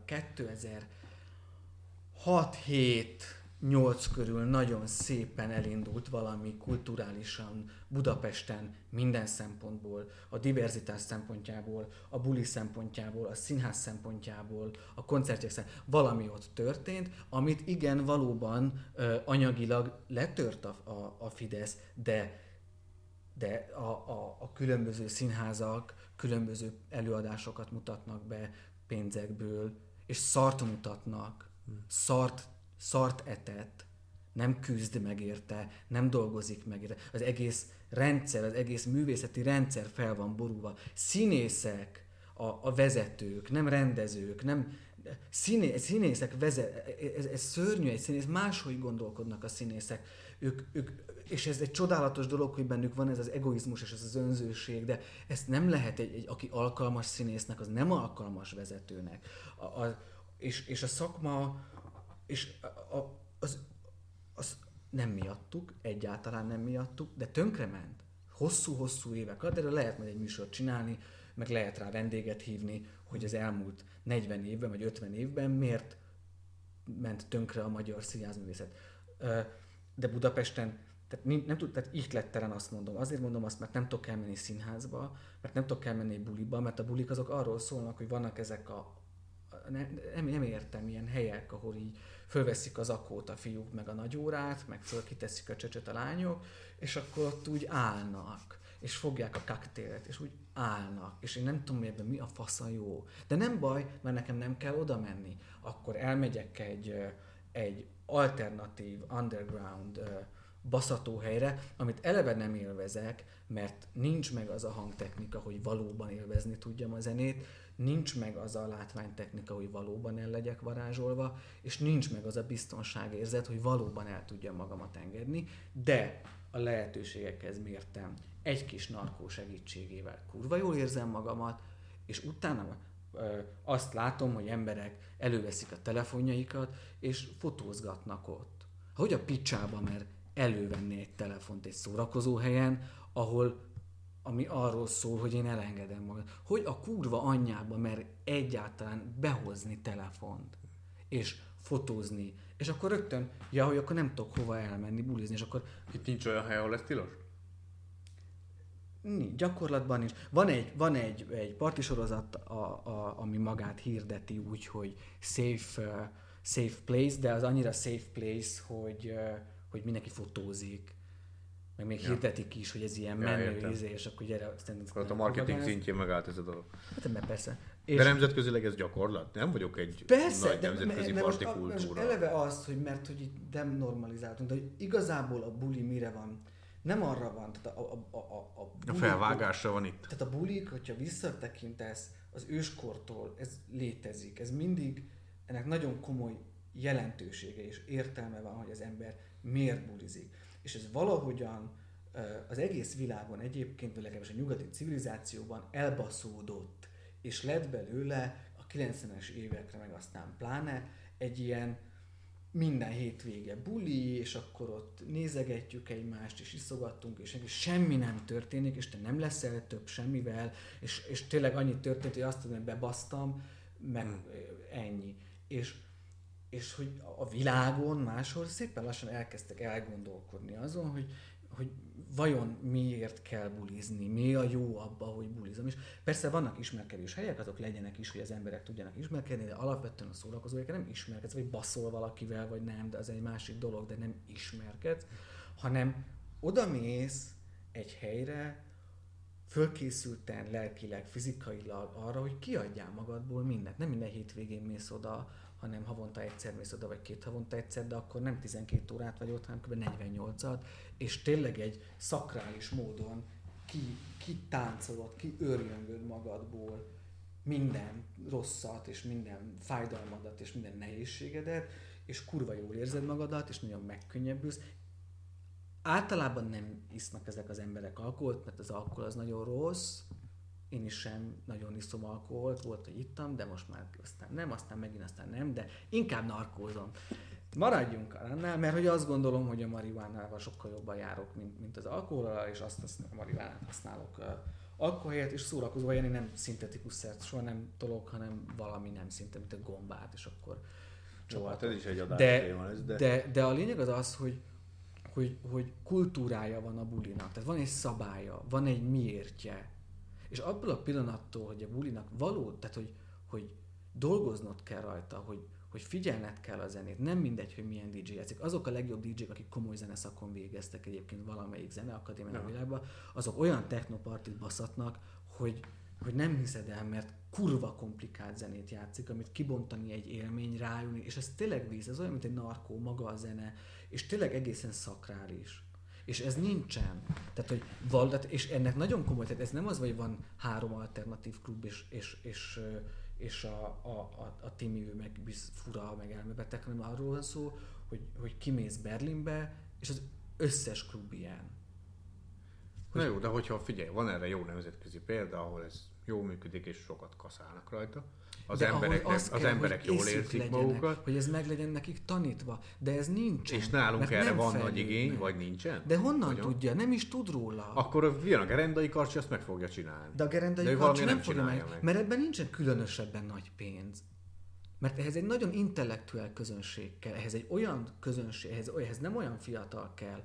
[SPEAKER 1] 2006-7-8 körül nagyon szépen elindult valami kulturálisan Budapesten minden szempontból, a diverzitás szempontjából, a buli szempontjából, a színház szempontjából, a koncertjek szempontjából. Valami ott történt, amit igen, valóban anyagilag letört a Fidesz, de a különböző színházak különböző előadásokat mutatnak be pénzekből, és szart mutatnak, szart etet, nem küzd meg érte, nem dolgozik meg érte. Az egész rendszer, az egész művészeti rendszer fel van borulva. Színészek, a vezetők, nem rendezők, nem színészek ez szörnyű, egy színész, máshogy gondolkodnak a színészek. Ők, és ez egy csodálatos dolog, hogy bennük van ez az egoizmus és ez az önzőség, de ezt nem lehet aki alkalmas színésznek, az nem alkalmas vezetőnek. És a szakma, és az nem miattuk, egyáltalán nem miattuk, de tönkrement. Hosszú-hosszú évek alatt, erről lehet majd egy műsort csinálni, meg lehet rá vendéget hívni, hogy az elmúlt 40 évben, vagy 50 évben miért ment tönkre a magyar színházművészet. De Budapesten, tehát ihletteren azt mondom. Azért mondom azt, mert nem tudok elmenni színházba, mert nem tudok elmenni buliba, mert a bulik azok arról szólnak, hogy vannak ezek nem értem, ilyen helyek, ahol így fölveszik az akkót a fiúk, meg a nagyórát, meg fölkiteszik a csöcsöt a lányok, és akkor ott úgy állnak. és fogják a koktélt, és úgy állnak, és én nem tudom, hogy ebben mi a fasza jó. De nem baj, mert nekem nem kell oda menni. Akkor elmegyek egy alternatív, underground baszatóhelyre, amit eleve nem élvezek, mert nincs meg az a hangtechnika, hogy valóban élvezni tudjam a zenét, nincs meg az a látványtechnika, hogy valóban el legyek varázsolva, és nincs meg az a biztonságérzet, hogy valóban el tudjam magamat engedni, de a lehetőségekhez mértem egy kis narkó segítségével kurva jól érzem magamat, és utána azt látom, hogy emberek előveszik a telefonjaikat, és fotózgatnak ott. Hogy a picsába, mert elővenni egy telefont egy szórakozó helyen, ami arról szól, hogy én elengedem magam. Hogy a kurva anyjába mer egyáltalán behozni telefont, és fotózni. És akkor rögtön, hogy akkor nem tudok hova elmenni, bulizni, és akkor...
[SPEAKER 2] Itt nincs olyan hely, ahol ez tilos?
[SPEAKER 1] Gyakorlatban nincs. Van egy partisorozat, ami magát hirdeti úgy, hogy safe place, de az annyira safe place, hogy mindenki fotózik. Meg még hirdetik is, hogy ez ilyen menő íze, és akkor gyere...
[SPEAKER 2] Akkor a marketing szintjén megállt ez a dolog.
[SPEAKER 1] Hát persze.
[SPEAKER 2] De nemzetközileg ez gyakorlat? Nem vagyok egy
[SPEAKER 1] persze,
[SPEAKER 2] nagy nemzetközi parti kultúra.
[SPEAKER 1] Eleve az, hogy mert hogy itt nem normalizáltunk, de hogy igazából a buli mire van? Nem arra van, tehát
[SPEAKER 2] a felvágásra van itt.
[SPEAKER 1] Tehát a bulik, hogyha visszatekintesz az őskortól, ez létezik. Ez mindig, ennek nagyon komoly jelentősége és értelme van, hogy az ember miért bulizik. És ez valahogyan az egész világon egyébként, vagy legalábbis a nyugati civilizációban elbaszódott, és lett belőle a 90-es évekre, meg aztán pláne egy ilyen minden hétvége buli, és akkor ott nézegetjük egymást, és iszogattunk, és semmi nem történik, és te nem leszel több semmivel, és tényleg annyi történt, hogy azt tudom, hogy bebasztam, meg ennyi. És hogy a világon máshol szépen lassan elkezdtek elgondolkodni azon, hogy vajon miért kell bulizni, mi a jó abba, hogy bulizom. És persze vannak ismerkedős helyek, azok legyenek is, hogy az emberek tudjanak ismerkedni, de alapvetően a szórakozók nem ismerkedsz, vagy baszol valakivel, vagy nem, de az egy másik dolog, de nem ismerkedsz, hanem odamész egy helyre, fölkészülten, lelkileg, fizikailag arra, hogy kiadjál magadból mindent. Nem minden hétvégén mész oda, hanem havonta egyszer mész oda, vagy 2 havonta egyszer, de akkor nem 12 órát vagy ott, hanem kb. 48-at, és tényleg egy szakrális módon kitáncolod, kiörjöngöd magadból minden rosszat, és minden fájdalmadat, és minden nehézségedet, és kurva jól érzed magadat, és nagyon megkönnyebbülsz. Általában nem isznak ezek az emberek alkoholt, mert az alkohol az nagyon rossz. Én is sem nagyon iszom alkoholt, volt, hogy ittam, de most már aztán nem, aztán megint aztán nem, de inkább narkózom. Maradjunk annál, mert hogy azt gondolom, hogy a marihuánával sokkal jobban járok, mint az alkohollal, és a marihuánát használok alkoholért, és szórakozó helyen én nem szintetikus szert soha nem tolok, hanem valami nem szintetikus, mint a gombát, és akkor
[SPEAKER 2] jó, hát ez is egy adás téma ez,
[SPEAKER 1] de a lényeg az, hogy kultúrája van a bulinak, tehát van egy szabálya, van egy miértje. És abból a pillanattól, hogy a bulinak tehát hogy dolgoznod kell rajta, hogy figyelned kell a zenét, nem mindegy, hogy milyen DJ játszik. Azok a legjobb DJ-k, akik komoly zeneszakon végeztek egyébként valamelyik zeneakadémián a világban, azok olyan technopartit baszatnak, hogy nem hiszed el, mert kurva komplikált zenét játszik, amit kibontani egy élmény, rájönni, és ez tényleg víz, ez olyan, mint egy narkó, maga a zene, és tényleg egészen szakrális. És ez nincsen. Tehát, hogy és ennek nagyon komoly, tehát ez nem az, hogy van 3 alternatív klub, és a Timi, ő meg fura, meg elmebeteg, hanem arról van szó, hogy kimész Berlinbe, és az összes klub ilyen.
[SPEAKER 2] Na jó, de hogyha figyelj, van erre jó nemzetközi példa, ahol ez jól működik, és sokat kaszálnak rajta. Az emberek jól érzik magukat.
[SPEAKER 1] Hogy ez meg legyen nekik tanítva, de ez nincsen.
[SPEAKER 2] És nálunk erre van nagy igény, vagy nincsen?
[SPEAKER 1] De honnan tudja? Nem is tud róla.
[SPEAKER 2] Akkor jön a gerendai karcsi, azt meg fogja csinálni.
[SPEAKER 1] De a gerendai karcsi nem fogja meg, mert ebben nincsen különösebben nagy pénz. Mert ehhez egy nagyon intellektuál közönség kell, ehhez egy olyan közönség, ehhez nem olyan fiatal kell,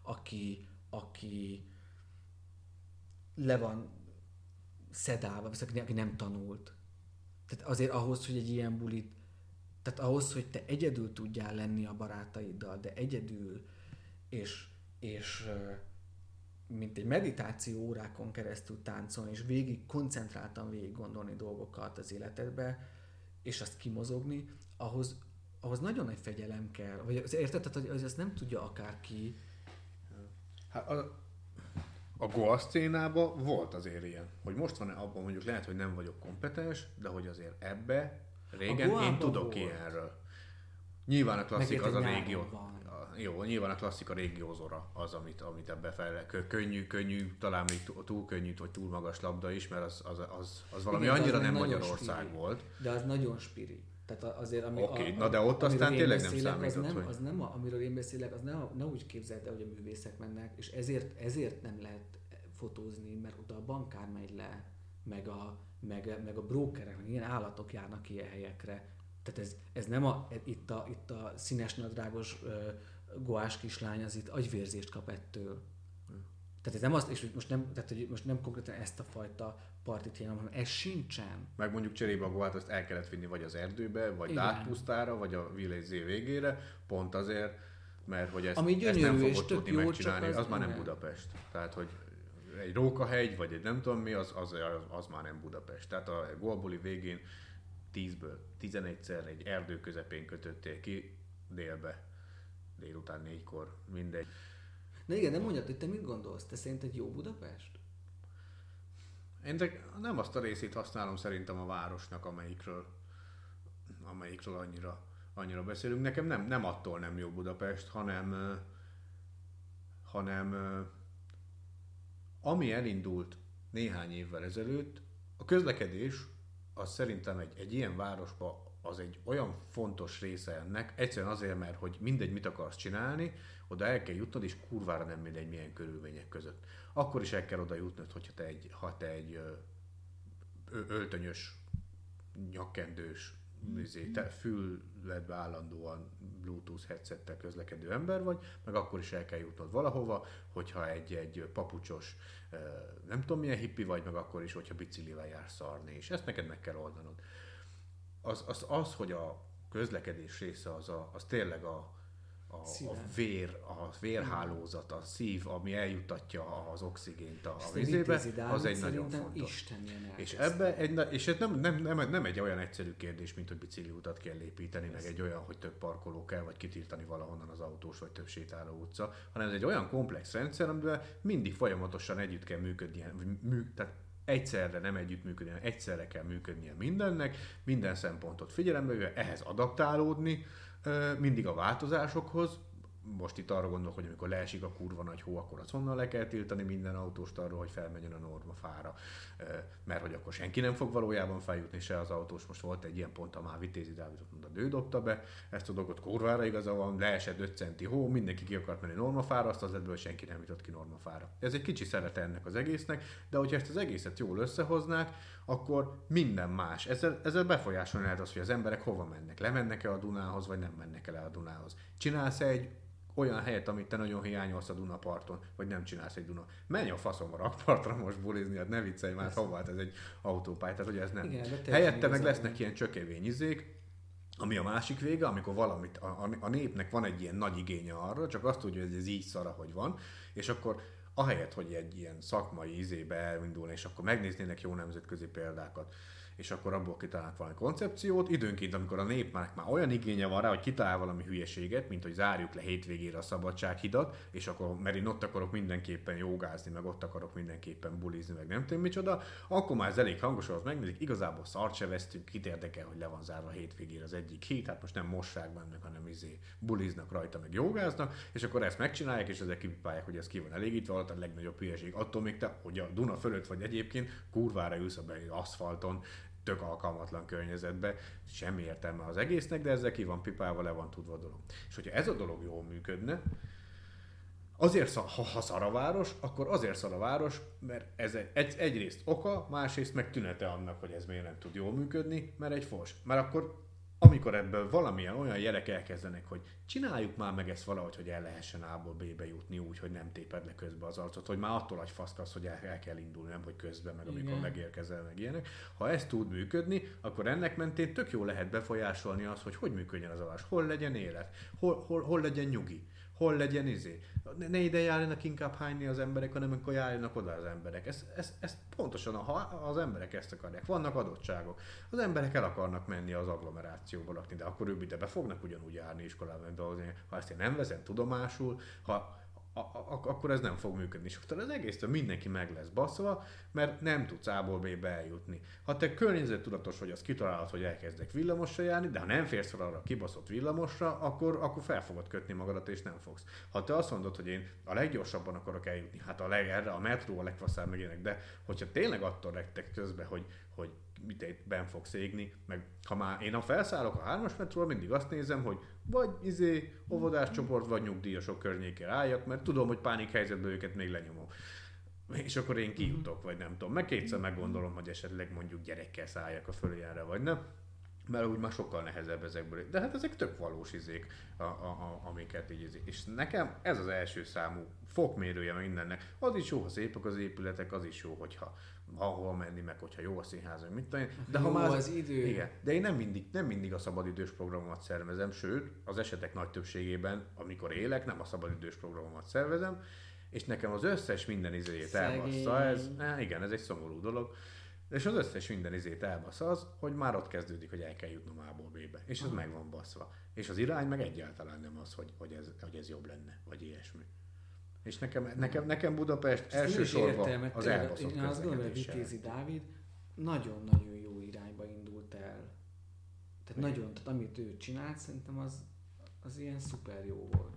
[SPEAKER 1] aki le van szedálva, aki nem tanult. Tehát azért ahhoz, hogy egy ilyen bulit, tehát ahhoz, hogy te egyedül tudjál lenni a barátaiddal, de egyedül, és mint egy meditáció órákon keresztül táncolni, és végig koncentráltan végig gondolni dolgokat az életedbe, és azt kimozogni, ahhoz nagyon nagy fegyelem kell. Vagy érted, hogy ezt nem tudja akárki.
[SPEAKER 2] Hát a Goa szcénában volt azért ilyen, hogy most van abban mondjuk lehet, hogy nem vagyok kompetens, de hogy azért ebbe régen én tudok volt ilyenről. Nyilván a klasszik az a régió. Jó, nyilván a klasszik a régiózora az, amit ebbe fel. Könnyű, talán még túl könnyű, vagy túl magas labda is, mert az valami igen, annyira nem Magyarország spiri volt.
[SPEAKER 1] De az nagyon spiri. Tehát azért,
[SPEAKER 2] na de ott aztán tényleg nem számított,
[SPEAKER 1] hogy... amiről én beszélek, az nem úgy képzeld el, hogy a művészek mennek, és ezért nem lehet fotózni, mert oda a bankár megy le, meg a brókerek, meg ilyen állatok járnak ilyen helyekre. Tehát ez nem itt a színes nadrágos goás kislány, az itt agyvérzést kap ettől. Tehát ez nem azt, és most nem konkrétan ezt a fajta partit jelen, hanem ez sincsen.
[SPEAKER 2] Meg mondjuk cserébe a goát azt el kellett vinni vagy az erdőbe, vagy Dátpusztára, vagy a Vilézé végére, pont azért, mert hogy ezt nem fogod tudni megcsinálni, az már nem Budapest. Tehát, hogy egy Rókahegy, vagy egy nem tudom mi, az már nem Budapest. Tehát a Goa-buli végén 10-ből 11-szer egy erdő közepén kötöttél ki délután 4-kor, mindegy.
[SPEAKER 1] Na igen, nem mondjad, hogy te mit gondolsz? Te szerinted jó Budapest?
[SPEAKER 2] Én nem azt a részét használom szerintem a városnak, amelyikről annyira beszélünk. Nekem nem attól nem jó Budapest, hanem ami elindult néhány évvel ezelőtt, a közlekedés az szerintem egy ilyen városban az egy olyan fontos része ennek, egyszerűen azért, mert hogy mindegy mit akarsz csinálni, oda el kell jutnod, és kurvára nem mindegy milyen körülmények között. Akkor is el kell oda jutnod, hogyha te egy öltönyös, nyakkendős, fülledbe állandóan Bluetooth headsettel közlekedő ember vagy, meg akkor is el kell jutnod valahova, hogyha egy papucsos, nem tudom milyen hippi vagy, meg akkor is, hogyha biciklivel jársz szarni, és ezt neked meg kell oldanod. Az, hogy a közlekedés része az tényleg a vérhálózat, a szív, ami eljuttatja az oxigént a vizébe, az egy nagyon fontos. És ez nem egy olyan egyszerű kérdés, mint hogy bicikliutat kell építeni, meg egy olyan, hogy több parkoló kell, vagy kitiltani valahonnan az autós, vagy több sétáló utca, hanem ez egy olyan komplex rendszer, amiben mindig folyamatosan együtt kell működnie, tehát egyszerre nem együttműködni, hanem egyszerre kell működnie mindennek, minden szempontot figyelembe véve, ehhez adaptálódni, mindig a változásokhoz. Most itt arra gondolok, hogy amikor leesik a kurva nagy hó, akkor azonnal le kell tiltani minden autóst arról, hogy felmenjen a normafára, mert hogy akkor senki nem fog valójában feljutni se az autós. Most volt egy ilyen pont, a már Vitézi Dávidot mondta, ő dobta be ezt a dolgot, kurvára igaza van, leesett 5 centi hó, mindenki ki akart menni normafára, azt az ebből senki nem jutott ki normafára. Ez egy kicsi szerete ennek az egésznek, de hogyha ezt az egészet jól összehoznák, akkor minden más. Ezzel befolyásolni lehet az, hogy az emberek hova mennek. Lemennek-e a Dunához, vagy nem mennek el a Dunához. Csinálsz egy olyan helyet, amit te nagyon hiányolsz a Dunaparton, vagy nem csinálsz egy Duna. Menj a faszom a rakpartra most bulizni, hát ne viccelj már, hova ez egy autópálya, tehát hogy ez nem. Igen, helyette meg lesznek ilyen csökevény izék, ami a másik vége, amikor valamit, a népnek van egy ilyen nagy igénye arra, csak azt tudja, hogy ez így szar, ahogy van, és akkor ahelyett, hogy egy ilyen szakmai izébe elindulna, és akkor megnéznének jó nemzetközi példákat, és akkor abból kitalálnak valami koncepciót. Időnként, amikor a népnek már olyan igénye van rá, hogy kitalál valami hülyeséget, mint hogy zárjuk le hétvégére a Szabadsághidat, és akkor, mert én ott akarok mindenképpen jogázni, meg ott akarok mindenképpen bulizni, meg nem tudom micsoda, akkor már ez elég hangos, az megnézik, igazából szart se vesztünk, kit érdekel, hogy le van zárva hétvégére az egyik híd, hát most nem mossák benne, hanem buliznak rajta, meg jogáznak, és akkor ezt megcsinálják, és ezek kipipálják, hogy ez ki van elégítve, alatt a legnagyobb hülyeség. Attól még te, hogy a Duna fölött vagy egyébként, kurvára ülsz az aszfalton, tök alkalmatlan környezetbe, semmi értelme az egésznek, de ezzel ki van pipálva, le van tudva a dolog. És hogyha ez a dolog jól működne, azért, ha szar a város, akkor azért szar a város, mert ez egyrészt oka, másrészt meg tünete annak, hogy ez miért nem tud jól működni, mert egy fos. Mert akkor, amikor ebből valamilyen olyan jelek elkezdenek, hogy csináljuk már meg ezt valahogy, hogy el lehessen A-ból B-be jutni úgy, hogy nem téped le közbe az arcot, hogy már attól agy faszkasz, hogy el kell indulni, nem hogy közben, meg amikor megérkezel, meg ilyenek. Ha ez tud működni, akkor ennek mentén tök jó lehet befolyásolni az, hogy működjön az a város, hol legyen élet, hol legyen nyugi, hol legyen ne ide járjanak inkább hányni az emberek, hanem amikor járjanak oda az emberek. Ez pontosan, ha az emberek ezt akarják, vannak adottságok. Az emberek el akarnak menni az agglomerációba lakni, de akkor ők ide be fognak ugyanúgy járni iskolába, dolgozni. Ha ezt én nem veszem tudomásul, akkor ez nem fog működni. És akkor az egésztől mindenki meg lesz baszva, mert nem tudsz A-ból B-be eljutni. Ha te környezettudatos vagy, az kitalálod, hogy elkezdek villamosra járni, de ha nem férsz fel arra a kibaszott villamosra, akkor fel fogod kötni magadat, és nem fogsz. Ha te azt mondod, hogy én a leggyorsabban akarok eljutni, hát erre a metró a legfaszább meg ilyenek, de hogyha tényleg attól rektek közben, hogy mit benn fogsz égni, meg ha már én felszállok a 3-as metróra, mindig azt nézem, hogy vagy óvodás csoport, vagy nyugdíjasok környékén álljak, mert tudom, hogy pánik helyzetben őket még lenyomom. És akkor én kijutok, vagy nem tudom. Meg kétszer meggondolom, hogy esetleg mondjuk gyerekkel szálljak a följára, vagy nem. Mert úgy már sokkal nehezebb ezekből. De hát ezek tök valós izék, amiket így. És nekem ez az első számú fokmérője mindennek. Az is jó, ha szépek az épületek, az is jó, hogyha ahol menni, meg hogyha jó a színház, vagy mit tudom.
[SPEAKER 1] De ha már az idő.
[SPEAKER 2] Igen. De én nem mindig a szabadidős programomat szervezem, sőt, az esetek nagy többségében, amikor élek, nem a szabadidős programomat szervezem, és nekem az összes minden izéjét elbassza. Igen, ez egy szomorú dolog. És az összes minden izét elbasz az, hogy már ott kezdődik, hogy el kell jutnom A-ból B-be. És ez meg van baszva. És az irány meg egyáltalán nem az, hogy ez jobb lenne, vagy ilyesmi. És nekem Budapest elsősorban az elbaszott közlekedéssel.
[SPEAKER 1] Én azt gondolom, hogy Vitézi Dávid nagyon-nagyon jó irányba indult el. Tehát amit ő csinált, szerintem az ilyen szuper jó volt.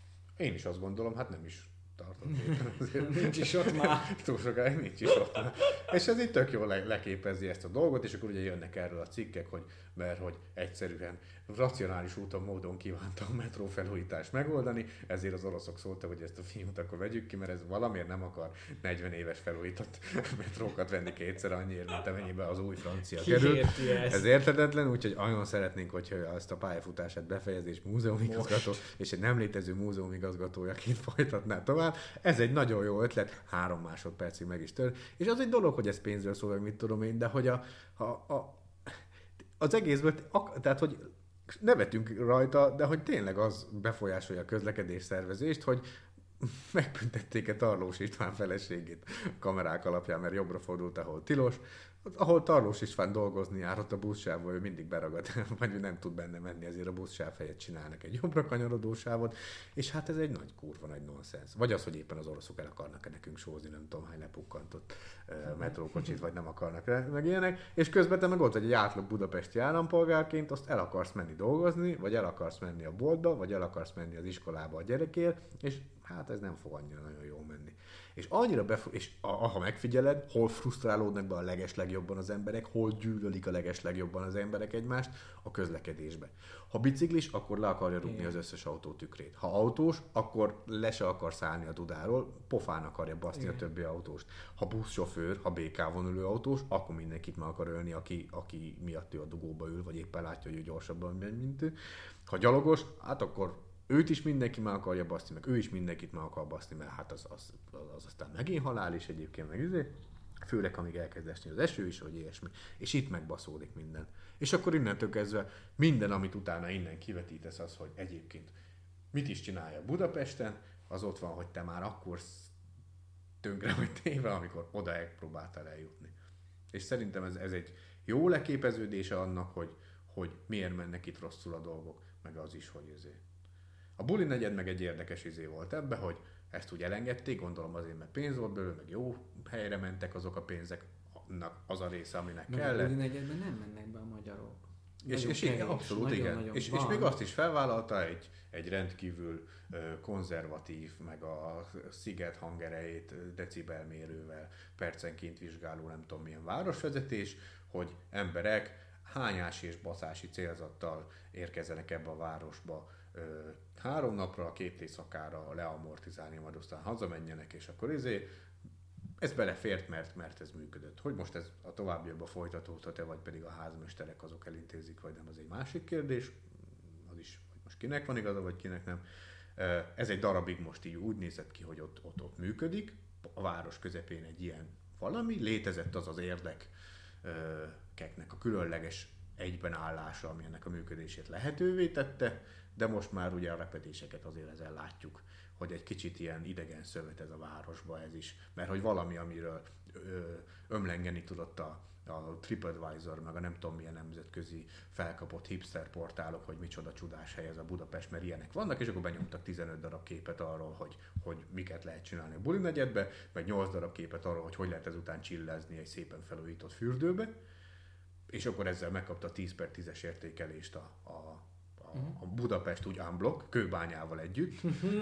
[SPEAKER 2] Én is azt gondolom, hát nem is tartott éppen azért.
[SPEAKER 1] Nincs is ott már.
[SPEAKER 2] Túl sokáig nincs is ott már. És ez így tök jól leképezi ezt a dolgot, és akkor ugye jönnek erről a cikkek, mert hogy egyszerűen racionális úton, módon kívánta a metró felújítást megoldani, ezért az oroszok szóltak, hogy ezt a filmet akkor vegyük ki, mert ez valamiért nem akar 40 éves felújított metrókat venni kétszer annyiért, mint amennyiben az új francia kerül. Ez érthetetlen, úgyhogy nagyon szeretnénk, hogyha ezt a pályafutását befejezi, és múzeumigazgató, és egy nem létező múzeumigazgatójaként folytatná tovább. Ez egy nagyon jó ötlet, 3 másodpercig meg is tör. És az egy dolog, hogy ez pénzről szól, mit tudom én, de hogy az egészből, tehát hogy nevetünk rajta, de hogy tényleg az befolyásolja a közlekedés szervezést, hogy megbüntették a Tarlós István feleségét kamerák alapján, mert jobbra fordult, ahol tilos. Ahol Tarlós István dolgozni járott a buszsávból, ő mindig beragad, vagy nem tud benne menni, ezért a buszsáv helyett csinálnak egy jobbra kanyarodó sávot, és hát ez egy nagy kurva, nagy nonsens. Vagy az, hogy éppen az oroszok el akarnak nekünk sózni, nem tudom, hány lepukkantott metrókocsit, vagy nem akarnak meg ilyenek, és közben te meg ott vagy egy átlag budapesti állampolgárként, azt el akarsz menni dolgozni, vagy el akarsz menni a boltba, vagy el akarsz menni az iskolába a gyerekért, és hát ez nem fog annyira nagyon jól menni. És annyira ha megfigyeled, hol frusztrálódnak be a legeslegjobban az emberek, hol gyűlölik a legeslegjobban az emberek egymást, a közlekedésbe. Ha biciklis, akkor le akarja rúgni az összes autó tükrét. Ha autós, akkor le se akar szállni a dudáról, pofán akarja baszni a többi autóst. Ha buszsofőr, ha BK-von ülő autós, akkor mindenkit meg akar ölni, aki miatt ő a dugóba ül, vagy éppen látja, hogy ő gyorsabban megy, mint ő. Ha gyalogos, hát akkor őt is mindenki meg akarja baszni, meg ő is mindenkit meg akar baszni, mert hát az aztán megint halál is egyébként, meg főleg amíg elkezd esni az eső is, vagy ilyesmi. És itt megbaszódik minden. És akkor innentől kezdve minden, amit utána innen kivetítesz, az, hogy egyébként mit is csinálja Budapesten, az ott van, hogy te már akkor tönkre vagy téve, amikor oda próbáltál eljutni. És szerintem ez egy jó leképeződése annak, hogy miért mennek itt rosszul a dolgok, meg az is, hogy ezért. A buli negyed meg egy érdekes volt ebbe, hogy ezt úgy elengedték, gondolom azért, mert pénz volt belőle, meg jó helyre mentek azok a pénzek, az a része, aminek kellett.
[SPEAKER 1] A buli negyedben nem mennek be a magyarok.
[SPEAKER 2] És igen, abszolút igen. És még azt is felvállalta egy rendkívül konzervatív, meg a sziget hangerejét decibelmérővel percenként vizsgáló nem tudom milyen városvezetés, hogy emberek hányási és baszási célzattal érkezzenek ebbe a városba 3 napra, 2 éjszakára leamortizálni, majd aztán hazamenjenek, és akkor ez belefért, mert ez működött. Hogy most ez a továbbiakban folytatódhat-e, vagy pedig a házmesterek azok elintézik, vagy nem, az egy másik kérdés. Az is, hogy most kinek van igaza, vagy kinek nem. Ez egy darabig most így úgy nézett ki, hogy ott működik. A város közepén egy ilyen valami, létezett az érdekeknek a különleges egyben állása, ami ennek a működését lehetővé tette, de most már ugye a repedéseket azért ezzel látjuk, hogy egy kicsit ilyen idegen szövet ez a városba ez is, mert hogy valami, amiről ömlengeni tudott a TripAdvisor, meg a nem tudom milyen nemzetközi felkapott hipster portálok, hogy micsoda csodás hely ez a Budapest, mert ilyenek vannak, és akkor benyomtak 15 darab képet arról, hogy miket lehet csinálni a buli negyedbe, meg 8 darab képet arról, hogy lehet ezután chillezni egy szépen felújított fürdőbe, és akkor ezzel megkapta a 10/10-es értékelést a Budapest úgy unblock, Kőbányával együtt,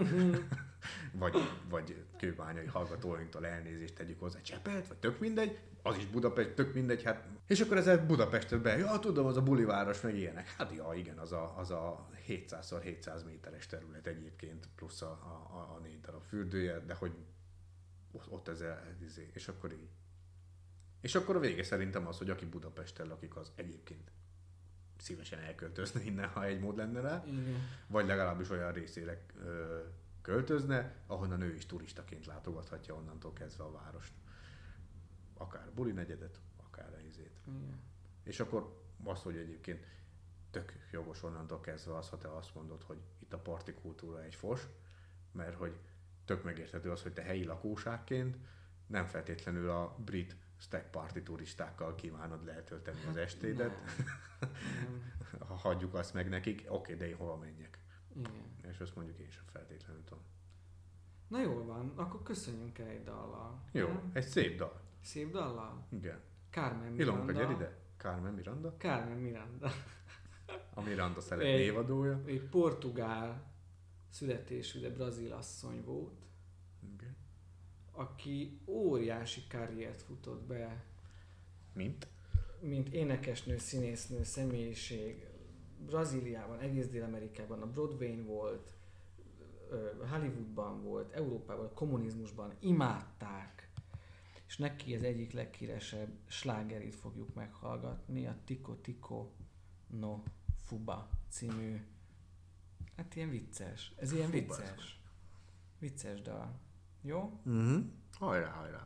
[SPEAKER 2] vagy kőbányai hallgatóinktól elnézést tegyük hozzá, Csepelt, vagy tök mindegy, az is Budapest, tök mindegy, hát. És akkor ezzel Budapestet tudom, az a buliváros, meg ilyenek. Hát ja, igen, az a 700x700 méteres terület egyébként, plusz a 4 darab fürdője, de hogy ott ezzel, és akkor így. És akkor a vége szerintem az, hogy aki Budapesten lakik, az egyébként szívesen elköltözne innen, ha egy mód lenne rá, vagy legalábbis olyan részére költözne, ahonnan ő is turistaként látogathatja onnantól kezdve a várost. Akár a buli negyedet, akár a izét. És akkor az, hogy egyébként tök jogos onnantól kezdve az, ha te azt mondod, hogy itt a parti kultúra egy fos, mert hogy tök megérthető az, hogy te helyi lakóságként nem feltétlenül a brit stack party turistákkal kívánod letölteni az estédet. Ha hagyjuk azt meg nekik, oké, de én hova menjek? Igen. És azt mondjuk én sem feltétlenül tudom.
[SPEAKER 1] Na jól van, akkor köszönjünk el egy dallal.
[SPEAKER 2] Jó, egy szép dal.
[SPEAKER 1] Szép dallal?
[SPEAKER 2] Igen.
[SPEAKER 1] Carmen Miranda.
[SPEAKER 2] Ilonka, gyere ide. Carmen Miranda?
[SPEAKER 1] Carmen Miranda.
[SPEAKER 2] A Miranda Szelet névadója.
[SPEAKER 1] Egy portugál születésű, de brazil asszony volt.
[SPEAKER 2] Igen.
[SPEAKER 1] Aki óriási karriert futott be.
[SPEAKER 2] Mint
[SPEAKER 1] énekesnő, színésznő, személyiség. Brazíliában, egész Dél-Amerikában, a Broadwayn volt, Hollywoodban volt, Európában, a kommunizmusban imádták. És neki az egyik leghíresebb slágerét fogjuk meghallgatni, a Tico Tico no Fuba című. Hát ilyen vicces. Ez ilyen vicces. Vicces dal. Jó?
[SPEAKER 2] Hajrá!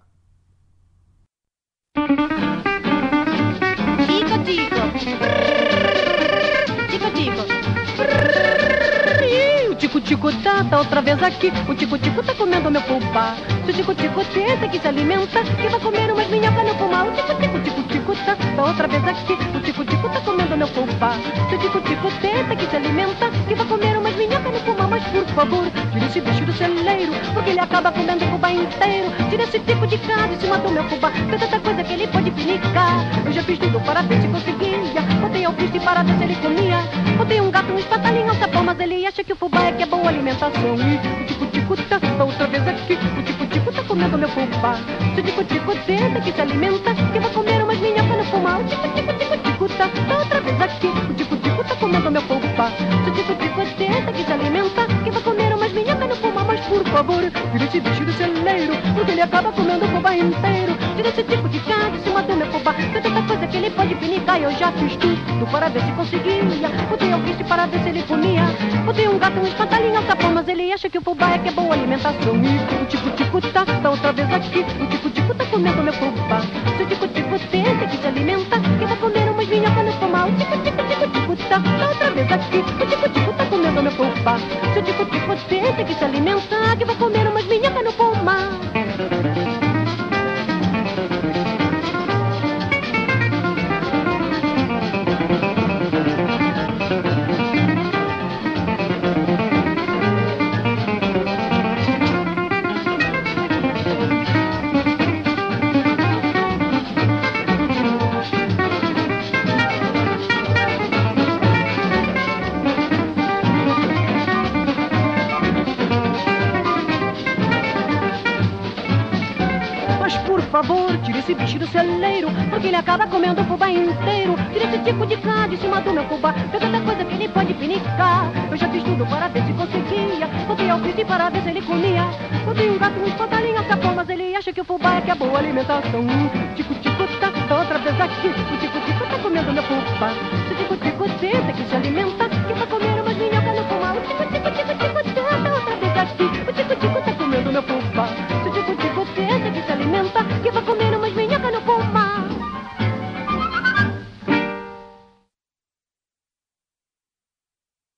[SPEAKER 5] Tico Tico. Tico Tico. O tico-tico tá outra vez aqui. O tico-tico tá comendo meu fubá. Se o tico-tico tenta que se alimenta, que vai comer umas minhocas no fumar. O tico-tico tá outra vez aqui. O tico-tico tá comendo meu fubá. Se o tico-tico tenta que se alimenta, que vai comer umas minhocas no fumar. Mas por favor, tira esse bicho do celeiro, porque ele acaba comendo o fubá inteiro. Tira esse tico de cá de cima do meu fubá. Tem tanta coisa que ele pode pinicar. Eu já fiz tudo para ver se conseguia. Botei alpiste para ver se ele comia. Botei um gato, um espatalinho, um sapão, mas ele acha que o fubá é que é boa alimentação. E o tico-tico tá outra vez aqui. O tico-tico tá comendo meu fubá. Se o tico-tico tenta que se alimenta, que vai comer umas minhocas no fumar. O tico-tico tá outra vez aqui. O tico-tico tá comendo meu fubá. Se o tico-tico tenta que se alimenta, que vai comer umas minhocas no fumar. Mas por favor, tira esse bicho do celeiro, porque ele acaba comendo o fubá inteiro. Tira esse tico de cá de cima do meu fubá. Tem tanta coisa que ele pode pinicar. Eu já fiz tudo para ver se conseguia. Botei alpiste para ver se ele comia. Botei um gato, um espantalhinho, um sapão, mas ele acha que o fubá é que é boa alimentação. E o tico-tico tá outra vez aqui. O tico-tico tá comendo meu fubá. Se o tico-tico tenta que se alimenta, que vai comer umas minhocas no fumar. O tico-tico tá outra vez aqui. O tico-tico tá comendo meu fubá. Se o tico-tico tenta que se alimenta, que vai comer umas minhocas no fumar. Por favor, tira esse bicho do celeiro, porque ele acaba comendo o fubá inteiro. Tira esse tico de cá de cima do meu fubá. Tem tanta coisa que ele pode pinicar. Eu já fiz tudo para ver se conseguia. Botei alpiste para ver se ele comia. Botei um gato, um espantalhinho, um sapão, mas ele acha que o fubá é que é boa alimentação. Tico-tico tá outra vez aqui. O tico